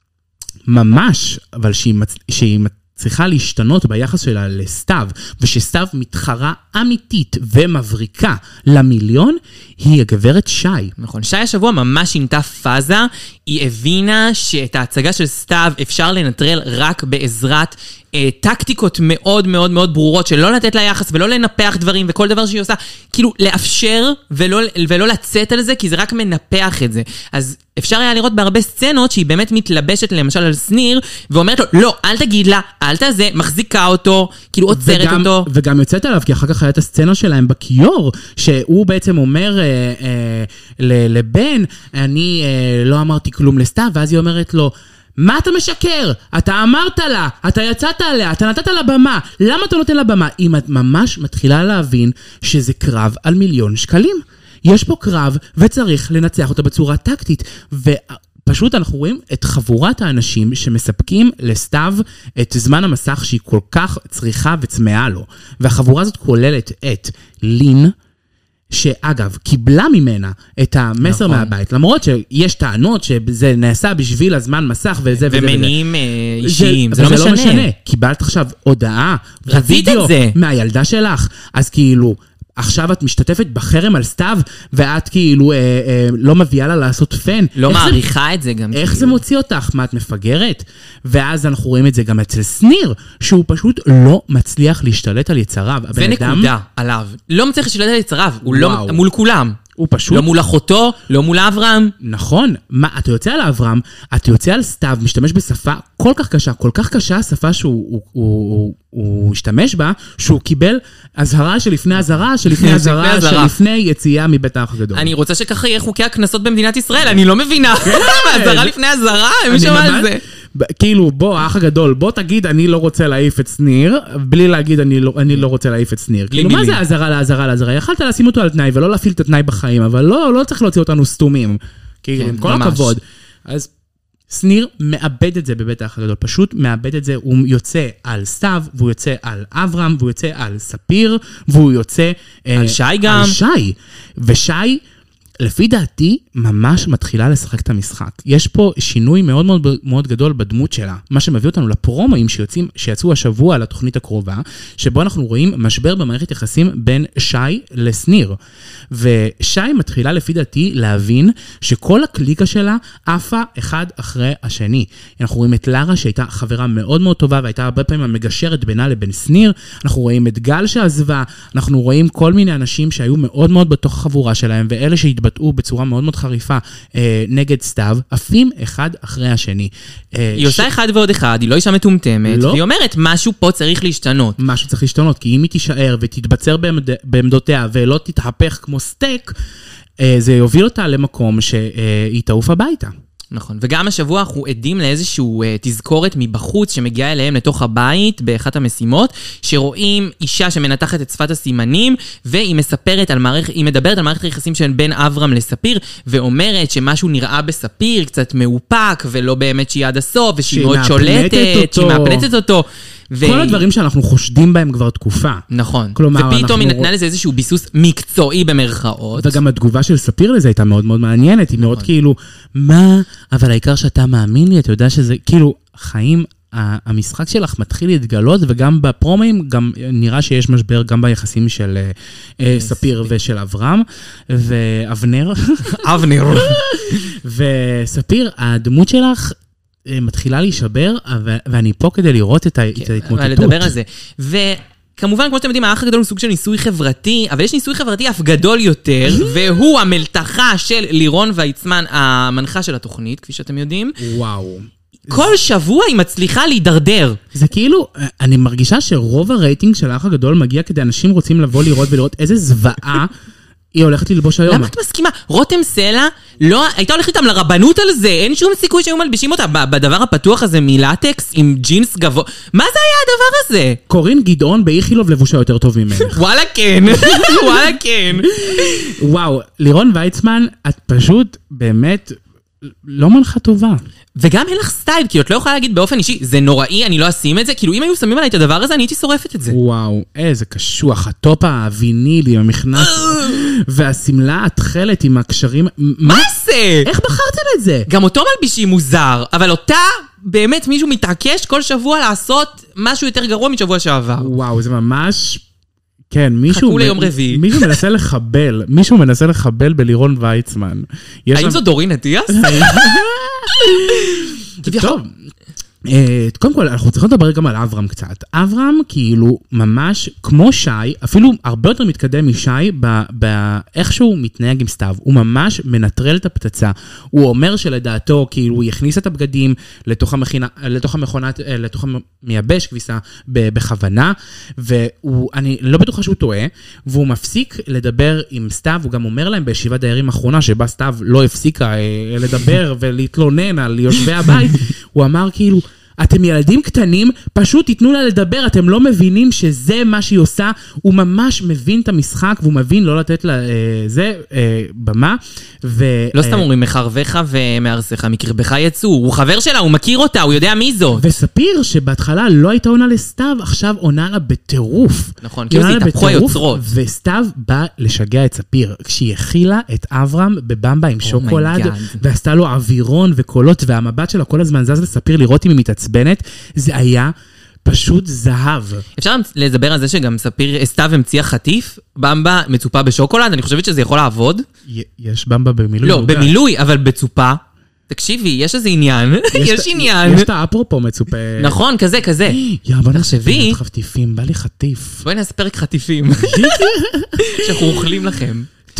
ממש, אבל שהיא צריכה להשתנות ביחס שלה לסתיו, ושסתיו מתחרה אמיתית ומבריקה למיליון, היא הגברת שי. נכון, שי השבוע ממש שינתה פאזה, היא הבינה שאת ההצגה של סתיו אפשר לנטרל רק בעזרת טקטיקות מאוד מאוד מאוד ברורות, שלא לתת לה יחס ולא לנפח דברים, וכל דבר שהיא עושה, כאילו לאפשר ולא לצאת על זה, כי זה רק מנפח את זה. אז אפשר היה לראות בהרבה סצנות שהיא באמת מתלבשת למשל על סניר, ואומרת לו, לא, אל תגיד לה, אל תזה, מחזיקה אותו, כאילו עוצרת אותו. וגם יוצאת עליו, כי אחר כך הייתה הסצנה שלהם בכיור, שהוא בעצם אומר לבן, אני לא אמרתי כלום לסתיו, ואז היא אומרת לו, מה אתה משקר? אתה אמרת לה, אתה יצאת עליה, אתה נתת לה במה, למה אתה נותן לה במה? אם את ממש מתחילה להבין שזה קרב על מיליון שקלים. יש פה קרב וצריך לנצח אותה בצורה טקטית, ופשוט אנחנו רואים את חבורת האנשים שמספקים לסתיו את זמן המסך שהיא כל כך צריכה וצמאה לו. והחבורה הזאת כוללת את לין, שאגב, קיבלה ממנה את המסר מהבית, למרות שיש טענות שזה נעשה בשביל הזמן מסך וזה וזה. ומניעים אישיים, זה לא משנה. קיבלת עכשיו הודעה, רצית את זה. מהילדה שלך, אז כאילו, עכשיו את משתתפת בחרם על סתיו, ואת כאילו לא מביאה לה לעשות פן. לא מעריכה את זה גם. איך זה מוציא אותך? מה, את מפגרת? ואז אנחנו רואים את זה גם אצל סניר, שהוא פשוט לא מצליח להשתלט על יצריו. זה נקודה עליו. לא מצליח להשתלט על יצריו, הוא לא מול כולם. הוא פשוט... לא מול אחותו, לא מול אברהם. נכון. מה, אתה יוצא על אברהם, אתה יוצא על סתיו, משתמש בשפה כל כך קשה, השפה שהוא השתמש בה, שהוא קיבל הזהרה שלפני הזהרה, שלפני הזהרה, שלפני יציאה מבית האח הגדול. אני רוצה שככה יהיה חוקי הכנסות במדינת ישראל, אני לא מבינה. הזהרה לפני הזהרה, מי שמע על זה? כאילו, בוא, האח הגדול, בוא תגיד, אני לא רוצה להעיף את שניר, בלי להגיד, אני לא רוצה להעיף את שניר. כאילו, מה זה הזהרה להזהרה? יכלת לשים אותו על תנאי, ולא להפעיל את התנאי בחיים, אבל לא צריך להוציא אותנו סתומים. כאילו, עם כל הכבוד. אז שניר מאבד את זה בבית האח הגדול, פשוט מאבד את זה, הוא יוצא על סתיו, והוא יוצא על אברהם, והוא יוצא על ספיר, והוא יוצא... על שי גם. על שי. ושי... לפי דעתי, ממש מתחילה לשחק את המשחק. יש פה שינוי מאוד מאוד מאוד גדול בדמות שלה. מה שמביא אותנו לפרומואים שיצאו השבוע לתוכנית הקרובה, שבו אנחנו רואים משבר במערכת יחסים בין שי לסניר. ושי מתחילה לפי דעתי להבין שכל הקליקה שלה עפה אחד אחרי השני. אנחנו רואים את לרה שהייתה חברה מאוד מאוד טובה, והייתה הרבה פעמים המגשרת בינה לבין סניר. אנחנו רואים את גל שעזבה, אנחנו רואים כל מיני אנשים שהיו מאוד מאוד בתוך החבורה שלהם, ואלה שהתבטאו בצורה מאוד מאוד חריפה נגד סתיו, עפים אחד אחרי השני. היא עושה אחד ועוד אחד, היא לא אישה מטומטמת, והיא אומרת, משהו פה צריך להשתנות. משהו צריך להשתנות, כי אם היא תישאר ותתבצר בעמדותיה ולא תתהפך כמו סטייק, זה יוביל אותה למקום שהיא תעוף הביתה. נכון, וגם השבוע אנחנו עדים לאיזשהו תזכורת מבחוץ שמגיעה אליהם לתוך הבית באחת המשימות, שרואים אישה שמנתחת את שפת הסימנים, והיא מדברת על מערכת היחסים של בין אברהם לספיר, ואומרת שמשהו נראה בספיר, קצת מאופק, ולא באמת שהיא עד הסוף, ושהיא מאוד שולטת, שהיא מאפנטת אותו. כל הדברים שאנחנו חושדים בהם כבר תקופה. נכון. ופתאום היא נתנה לזה איזשהו ביסוס מקצועי במרכאות. וגם התגובה של ספיר לזה הייתה מאוד מאוד מעניינת. היא מאוד כאילו, מה? אבל העיקר שאתה מאמין לי, אתה יודע שזה, כאילו, חיים, המשחק שלך מתחיל להתגלות, וגם בפרומים גם נראה שיש משבר גם ביחסים של ספיר ושל אברהם, ואבנר. אבנר. וספיר, הדמות שלך, מתחילה להישבר, ואני פה כדי לראות את ההתמוטטות. לדבר על זה. וכמובן, כמו שאתם יודעים, האח הגדול הוא סוג של ניסוי חברתי, אבל יש ניסוי חברתי אף גדול יותר, והוא המלתחה של לירון ויצמן, המנחה של התוכנית, כפי שאתם יודעים. וואו. כל שבוע היא מצליחה להידרדר. זה כאילו, אני מרגישה שרוב הרייטינג של האח הגדול מגיע כדי אנשים רוצים לבוא לראות ולראות איזה זוועה היא הולכת ללבוש היום. למה את מסכימה? רותם סלע, לא, הייתה הולכת איתם לרבנות על זה, אין שום סיכוי שהיו מלבישים אותה בדבר הפתוח הזה מלטקס עם ג'ינס גבוה. מה זה היה הדבר הזה? קורין גדעון באיכילוב לבושה יותר טוב ממך. וואלה כן, וואלה כן. וואו, לירון ויצמן, את פשוט באמת לא מנחה טובה. וגם אין לך סטייל, כאילו את לא יכולה להגיד באופן אישי, זה נוראי, אני לא אשים את זה, כאילו אם היו שמים עליי את הדבר הזה, אני הייתי שורפת את זה. וואו, איזה קשוח, הטופ הווינילי, המכנס, והסמלה התחלת עם הקשרים. מה זה? איך בחרתם את זה? גם אותו מלבישי מוזר, אבל אותה באמת מישהו מתעקש כל שבוע לעשות משהו יותר גרוע משבוע שעבר. וואו, זה ממש... כן, מישהו מנסה לחבל בלירון ויצמן. האם זו דורין אטיאס? טוב, קודם כל, אנחנו צריכים לדבר גם על אברהם קצת. אברהם כאילו ממש כמו שי, אפילו הרבה יותר מתקדם משי, באיך שהוא מתנהג עם סתיו. הוא ממש מנטרל את הפצצה. הוא אומר שלדעתו, כאילו, הוא יכניס את הבגדים לתוך המייבש כביסה בכוונה, ואני לא בטוחה שהוא טועה, והוא מפסיק לדבר עם סתיו, הוא גם אומר להם בישיבת דיירים האחרונה, שבה סתיו לא הפסיקה לדבר ולהתלונן על יושבי הבית, הוא אמר כאילו, אתם ילדים קטנים, פשוט תיתנו לה לדבר, אתם לא מבינים שזה מה שהיא עושה, הוא ממש מבין את המשחק, והוא מבין לא לתת לה זה במה. לא סתם אומרים, מחרבך ומארסך, מקרבך יצאו, הוא חבר שלה, הוא מכיר אותה, הוא יודע מי זאת. וספיר שבהתחלה לא הייתה עונה לסתיו, עכשיו עונה לה בטירוף. נכון, כאילו זה התהפכו היוצרות. וסתיו בא לשגע את ספיר, כשהיא הכילה את אברהם בבמבה עם שוקולד, ועשתה לו אווירון וקולות, והמבט שלה כל הזמן זז לספיר לראות אם היא מתעצבנת, זה היה פשוט זהב. אפשר לדבר על זה שגם סתיו המציאה חטיף, במבה מצופה בשוקולד, אני חושבת שזה יכול לעבוד. יש במבה במילוי? לא, במילוי, אבל בצופה. תקשיבי, יש איזה עניין, יש עניין. יש את האפרופו מצופה. נכון, כזה. בוא נחשבי חטיפים, בא לי חטיף. בואי נעשה פרק חטיפים. שאנחנו אוכלים לכם.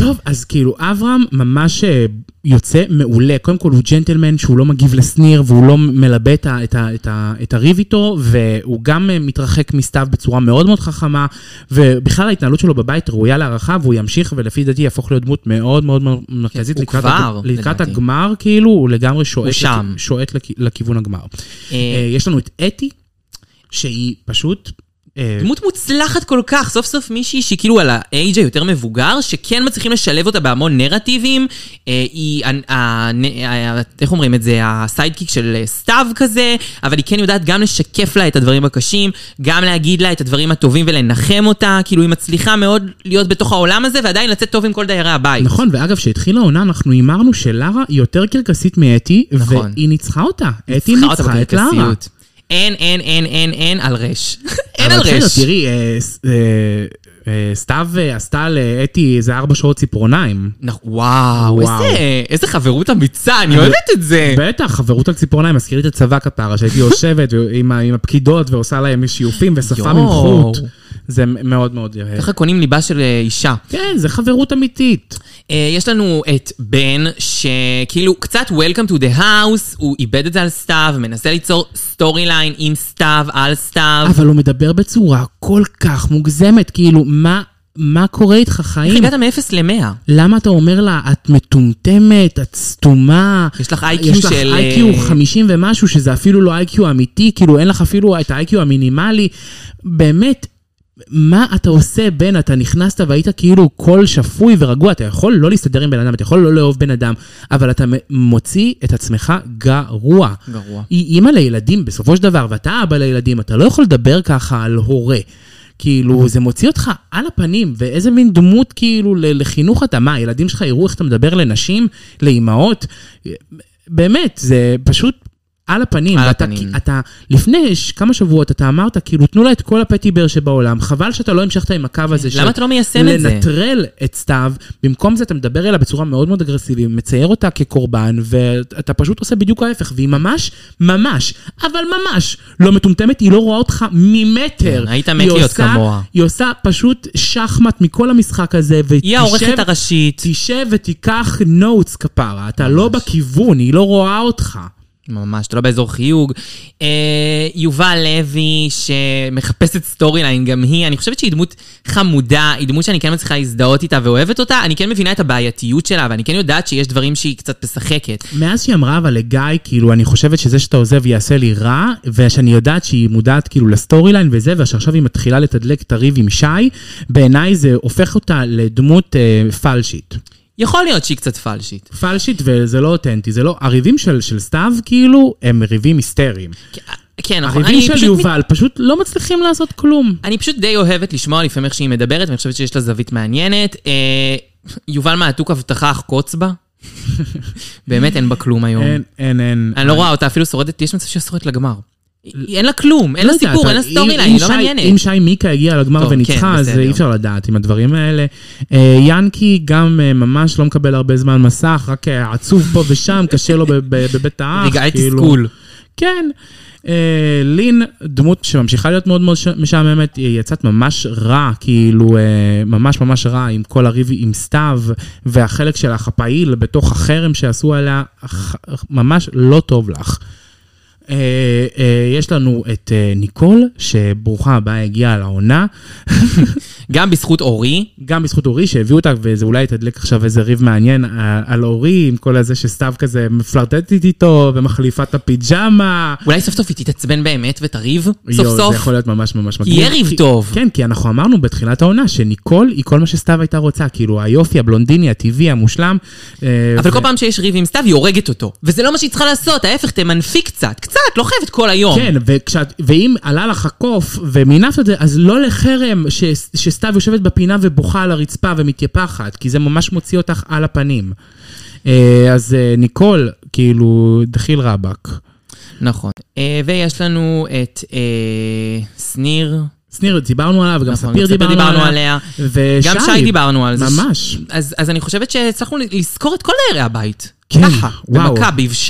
טוב, אז כאילו, אברהם ממש יוצא מעולה. קודם כל הוא ג'נטלמן שהוא לא מגיב לסניר, והוא לא מלבה את הריב איתו, והוא גם מתרחק מסתיו בצורה מאוד מאוד חכמה, ובכלל ההתנהלות שלו בבית ראויה להערכה, והוא ימשיך, ולפי דעתי יהפוך להיות דמות מאוד מאוד מרכזית לקראת הגמר, כאילו, הוא לגמרי שואט לכיוון הגמר. יש לנו את אתי, שהיא פשוט... דמות מוצלחת כל כך, סוף סוף מישהי שהיא כאילו על האייג' היותר מבוגר, שכן מצליחים לשלב אותה בהמון נרטיבים, היא, איך אומרים את זה, הסיידקיק של סתיו כזה, אבל היא כן יודעת גם לשקף לה את הדברים הקשים, גם להגיד לה את הדברים הטובים ולנחם אותה, כאילו היא מצליחה מאוד להיות בתוך העולם הזה, ועדיין לצאת טוב עם כל דיירי הבית. נכון, ואגב, שהתחילה העונה, אנחנו אמרנו שלרה היא יותר קרקסית מאתי, והיא ניצחה אותה. אתי ניצחה את לרה. אין על רש. אין על רש. אבל בסדר, תראי, סתיו עשתה לאתי איזה 4 שעות ציפורניים. וואו, איזה חברות אמיצה, אני אוהבת את זה. בטח, חברות על ציפורניים, מזכיר את הצבא כפרה, שהייתי יושבת עם הפקידות ועושה להם שיופים ושפה ממחוט. זה מאוד מאוד יפה. ככה קונים ליבה של אישה. כן, זה חברות אמיתית. יש לנו את בן, שכאילו קצת Welcome to the house, הוא איבד את זה על סתיו, מנסה ליצור סטורי ליין עם סתיו, על סתיו. אבל הוא מדבר בצורה כל כך מוגזמת, כאילו, מה קורה איתך חיים? איך הגעת מ-0 ל-100? למה אתה אומר לה, את מטומטמת, את סתומה? יש לך איי-קיו של... יש לך איי-קיו 50 ומשהו, שזה אפילו לא איי-קיו אמיתי, כאילו אין לך אפילו את האיי-קיו המינימלי. באמת, מה אתה עושה בן? אתה נכנסת והיית כאילו קול שפוי ורגוע, אתה יכול לא להסתדר עם בן אדם, אתה יכול לא לאהוב בן אדם, אבל אתה מוציא את עצמך גרוע. היא אימא לילדים בסופו של דבר, ואתה אבא לילדים, אתה לא יכול לדבר ככה על הורה. כאילו, זה מוציא אותך על הפנים, ואיזה מין דמות כאילו לחינוך אתה, מה, הילדים שלך יראו איך אתה מדבר לנשים, לאימהות, באמת, זה פשוט על הפנים. אתה, לפני כמה שבועות, אתה אמרת, כאילו, תנו לה את כל הפטיבר שבעולם, חבל שאתה לא המשכת עם הקו הזה, למה אתה לא מיישם את זה? לנטרל את סתיו, במקום זה אתה מדבר אליה בצורה מאוד מאוד אגרסיבית, מצייר אותה כקורבן, ואתה פשוט עושה בדיוק ההפך, והיא ממש, אבל ממש לא מטומטמת, היא לא רואה אותך ממטר. היית מת להיות כמוה. היא עושה פשוט שחמט מכל המשחק הזה, היא העורכת הראשית. תשב ותיקח נוטס כפרה, אתה לא בכיוון, היא לא רואה אותך. ממש, אתה לא באזור חיוג. יובל לוי, שמחפשת סטורי ליין, גם היא, אני חושבת שהיא דמות חמודה, היא דמות שאני כן מצליחה להזדהות איתה ואוהבת אותה, אני כן מבינה את הבעייתיות שלה, ואני כן יודעת שיש דברים שהיא קצת משחקת. מאז שהיא אמרה, אבל לגיא, כאילו, אני חושבת שזה שאתה עוזב יעשה לי רע, ושאני יודעת שהיא מודעת כאילו לסטורי ליין וזה, ושעכשיו היא מתחילה לתדלק את הריב עם שי, בעיניי זה הופך אותה לדמות פלשית. יכול להיות שהיא קצת פלשית. פלשית וזה לא אותנטי, זה לא, הריבים של סתיו כאילו הם ריבים היסטריים. כן, נכון. הריבים של יובל פשוט לא מצליחים לעשות כלום. אני פשוט די אוהבת לשמוע לפעמים איך שהיא מדברת, ואני חושבת שיש לה זווית מעניינת. יובל מעתוק הבטחה אך קוץ בה. באמת אין בה כלום היום. אין. אני לא רואה אותה, אפילו שורדת, יש מצב שהיא שורדת לגמר. אין לה כלום, אין לה סיפור, אין לה סטורי ליין, היא לא מעניינת. אם שי מיקה הגיע לגמר וניצחה, אז אי אפשר לדעת עם הדברים האלה. ינקי גם ממש לא מקבל הרבה זמן מסך, רק עצוב פה ושם, קשה לו בבית האח. רגעי תסכול. כן. לין, דמות שממשיכה להיות מאוד מאוד משעממת, היא יצאת ממש רע, כאילו ממש רע עם כל הריב עם סתיו, והחלק של הפעיל בתוך החרם שעשו עליה, ממש לא טוב לך. יש לנו את ניקול, שברוכה הבאה הגיעה לעונה. גם בזכות אורי. גם בזכות אורי, שהביאו אותה, וזה אולי תדלק עכשיו איזה ריב מעניין על אורי, עם כל הזה שסתיו כזה מפלרטטת איתו, ומחליפה את הפיג'מה. אולי סוף סוף היא תתעצבן באמת ותריב? סוף סוף. זה יכול להיות ממש מגניב. יהיה ריב טוב. כן, כי אנחנו אמרנו בתחילת העונה, שניקול היא כל מה שסתיו הייתה רוצה, כאילו היופי, הבלונדיני, הטבעי, המושלם. אבל כל פעם שיש ריב עם סתיו, היא הורגת אותו. וזה לא מה שהיא צריכה לעשות, ההפך, תמנפי קצת, לא חייבת כל היום. כן, ואם עלה לך הקוף ומינפת את זה, אז לא לחרם שסתיו יושבת בפינה ובוכה על הרצפה ומתייפחת, כי זה ממש מוציא אותך על הפנים. אז ניקול, כאילו, דחיל רבק. נכון. ויש לנו את סניר. סניר, דיברנו עליו, וגם ספיר דיברנו עליה. גם שי דיברנו על זה. ממש. אז אני חושבת שהצלחנו לזכור את כל דיירי הבית. כן, ככה, במכה, ביבשה.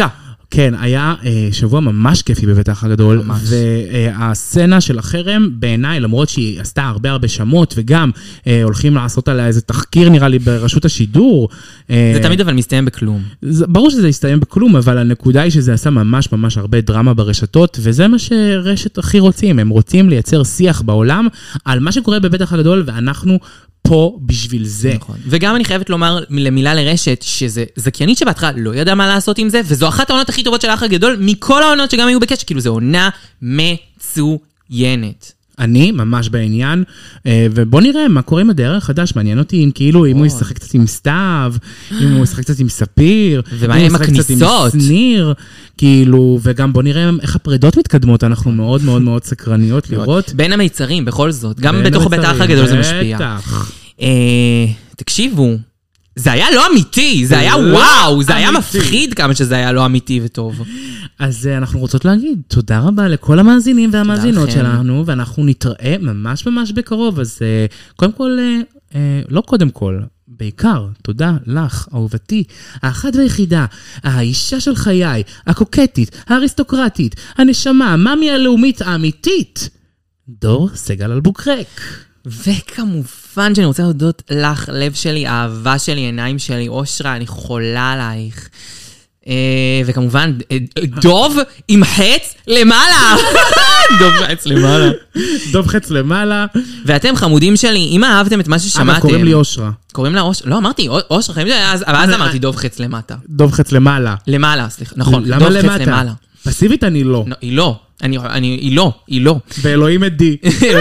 כן, היה שבוע ממש כיפי בבית האח הגדול, והסצנה של החרם בעיניי, למרות שהיא עשתה הרבה שמות, וגם הולכים לעשות עליה איזה תחקיר נראה לי ברשות השידור. זה תמיד אבל מסתיים בכלום. ברור שזה יסתיים בכלום, אבל הנקודה היא שזה עשה ממש הרבה דרמה ברשתות, וזה מה שרשת הכי רוצים, הם רוצים לייצר שיח בעולם על מה שקורה בבית האח הגדול, ואנחנו פה בשביל זה. נכון. וגם אני חייבת לומר למילה לרשת, שזה זכיינית שבהתחלה לא ידעה מה לעשות עם זה, וזו אחת העונות הכי טובות של האח הגדול, מכל העונות שגם היו בקשר, כאילו זו עונה מצוינת. אני ממש בעניין, ובוא נראה מה קורה עם הדרך החדש, מעניין אותי אם כאילו, אם הוא ישחק קצת עם סתיו, אם הוא ישחק קצת עם ספיר, ומה עם הכניסות? סניר, כאילו, וגם בוא נראה איך הפרידות מתקדמות, אנחנו מאוד סקרניות לראות. בין המיצרים, בכל זאת, גם בתוך בית האח הגדול זה משפיע. תקשיבו, זה היה לא אמיתי, זה היה וואו, זה היה מפחיד כמה שזה היה לא אמיתי וטוב. אז אנחנו רוצות להגיד תודה רבה לכל המאזינים והמאזינות שלנו, ואנחנו נתראה ממש בקרוב, אז קודם כל, לא קודם כל, בעיקר, תודה לך, אהובתי, האחת והיחידה, האישה של חיי, הקוקטית, האריסטוקרטית, הנשמה, ממי הלאומית האמיתית, דור סגל אלבוקרק. וכמובן שאני רוצה להודות לך, לב שלי, אהבה שלי, עיניים שלי, אושרה, אני חולה עלייך. וכמובן, דוב עם חץ למעלה. דוב חץ למעלה. דוב חץ למעלה. ואתם חמודים שלי, אם אהבתם את מה ששמעתם. קוראים לי אושרה. קוראים לה אושרה. לא, אמרתי אושרה, חיים שלי, אבל אז אמרתי דוב חץ למטה. דוב חץ למעלה. למעלה, סליחה. נכון, למה למטה? פסיבית אני לא. היא לא. היא לא. באלוהים עדי.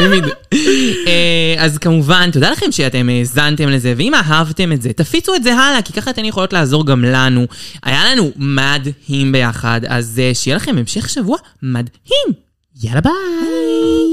אז כמובן, תודה לכם שאתם האזנתם לזה, ואם אהבתם את זה, תפיצו את זה הלאה, כי ככה אתן יכולות לעזור גם לנו. היה לנו מדהים ביחד, אז שיהיה לכם המשך שבוע מדהים. יאללה ביי.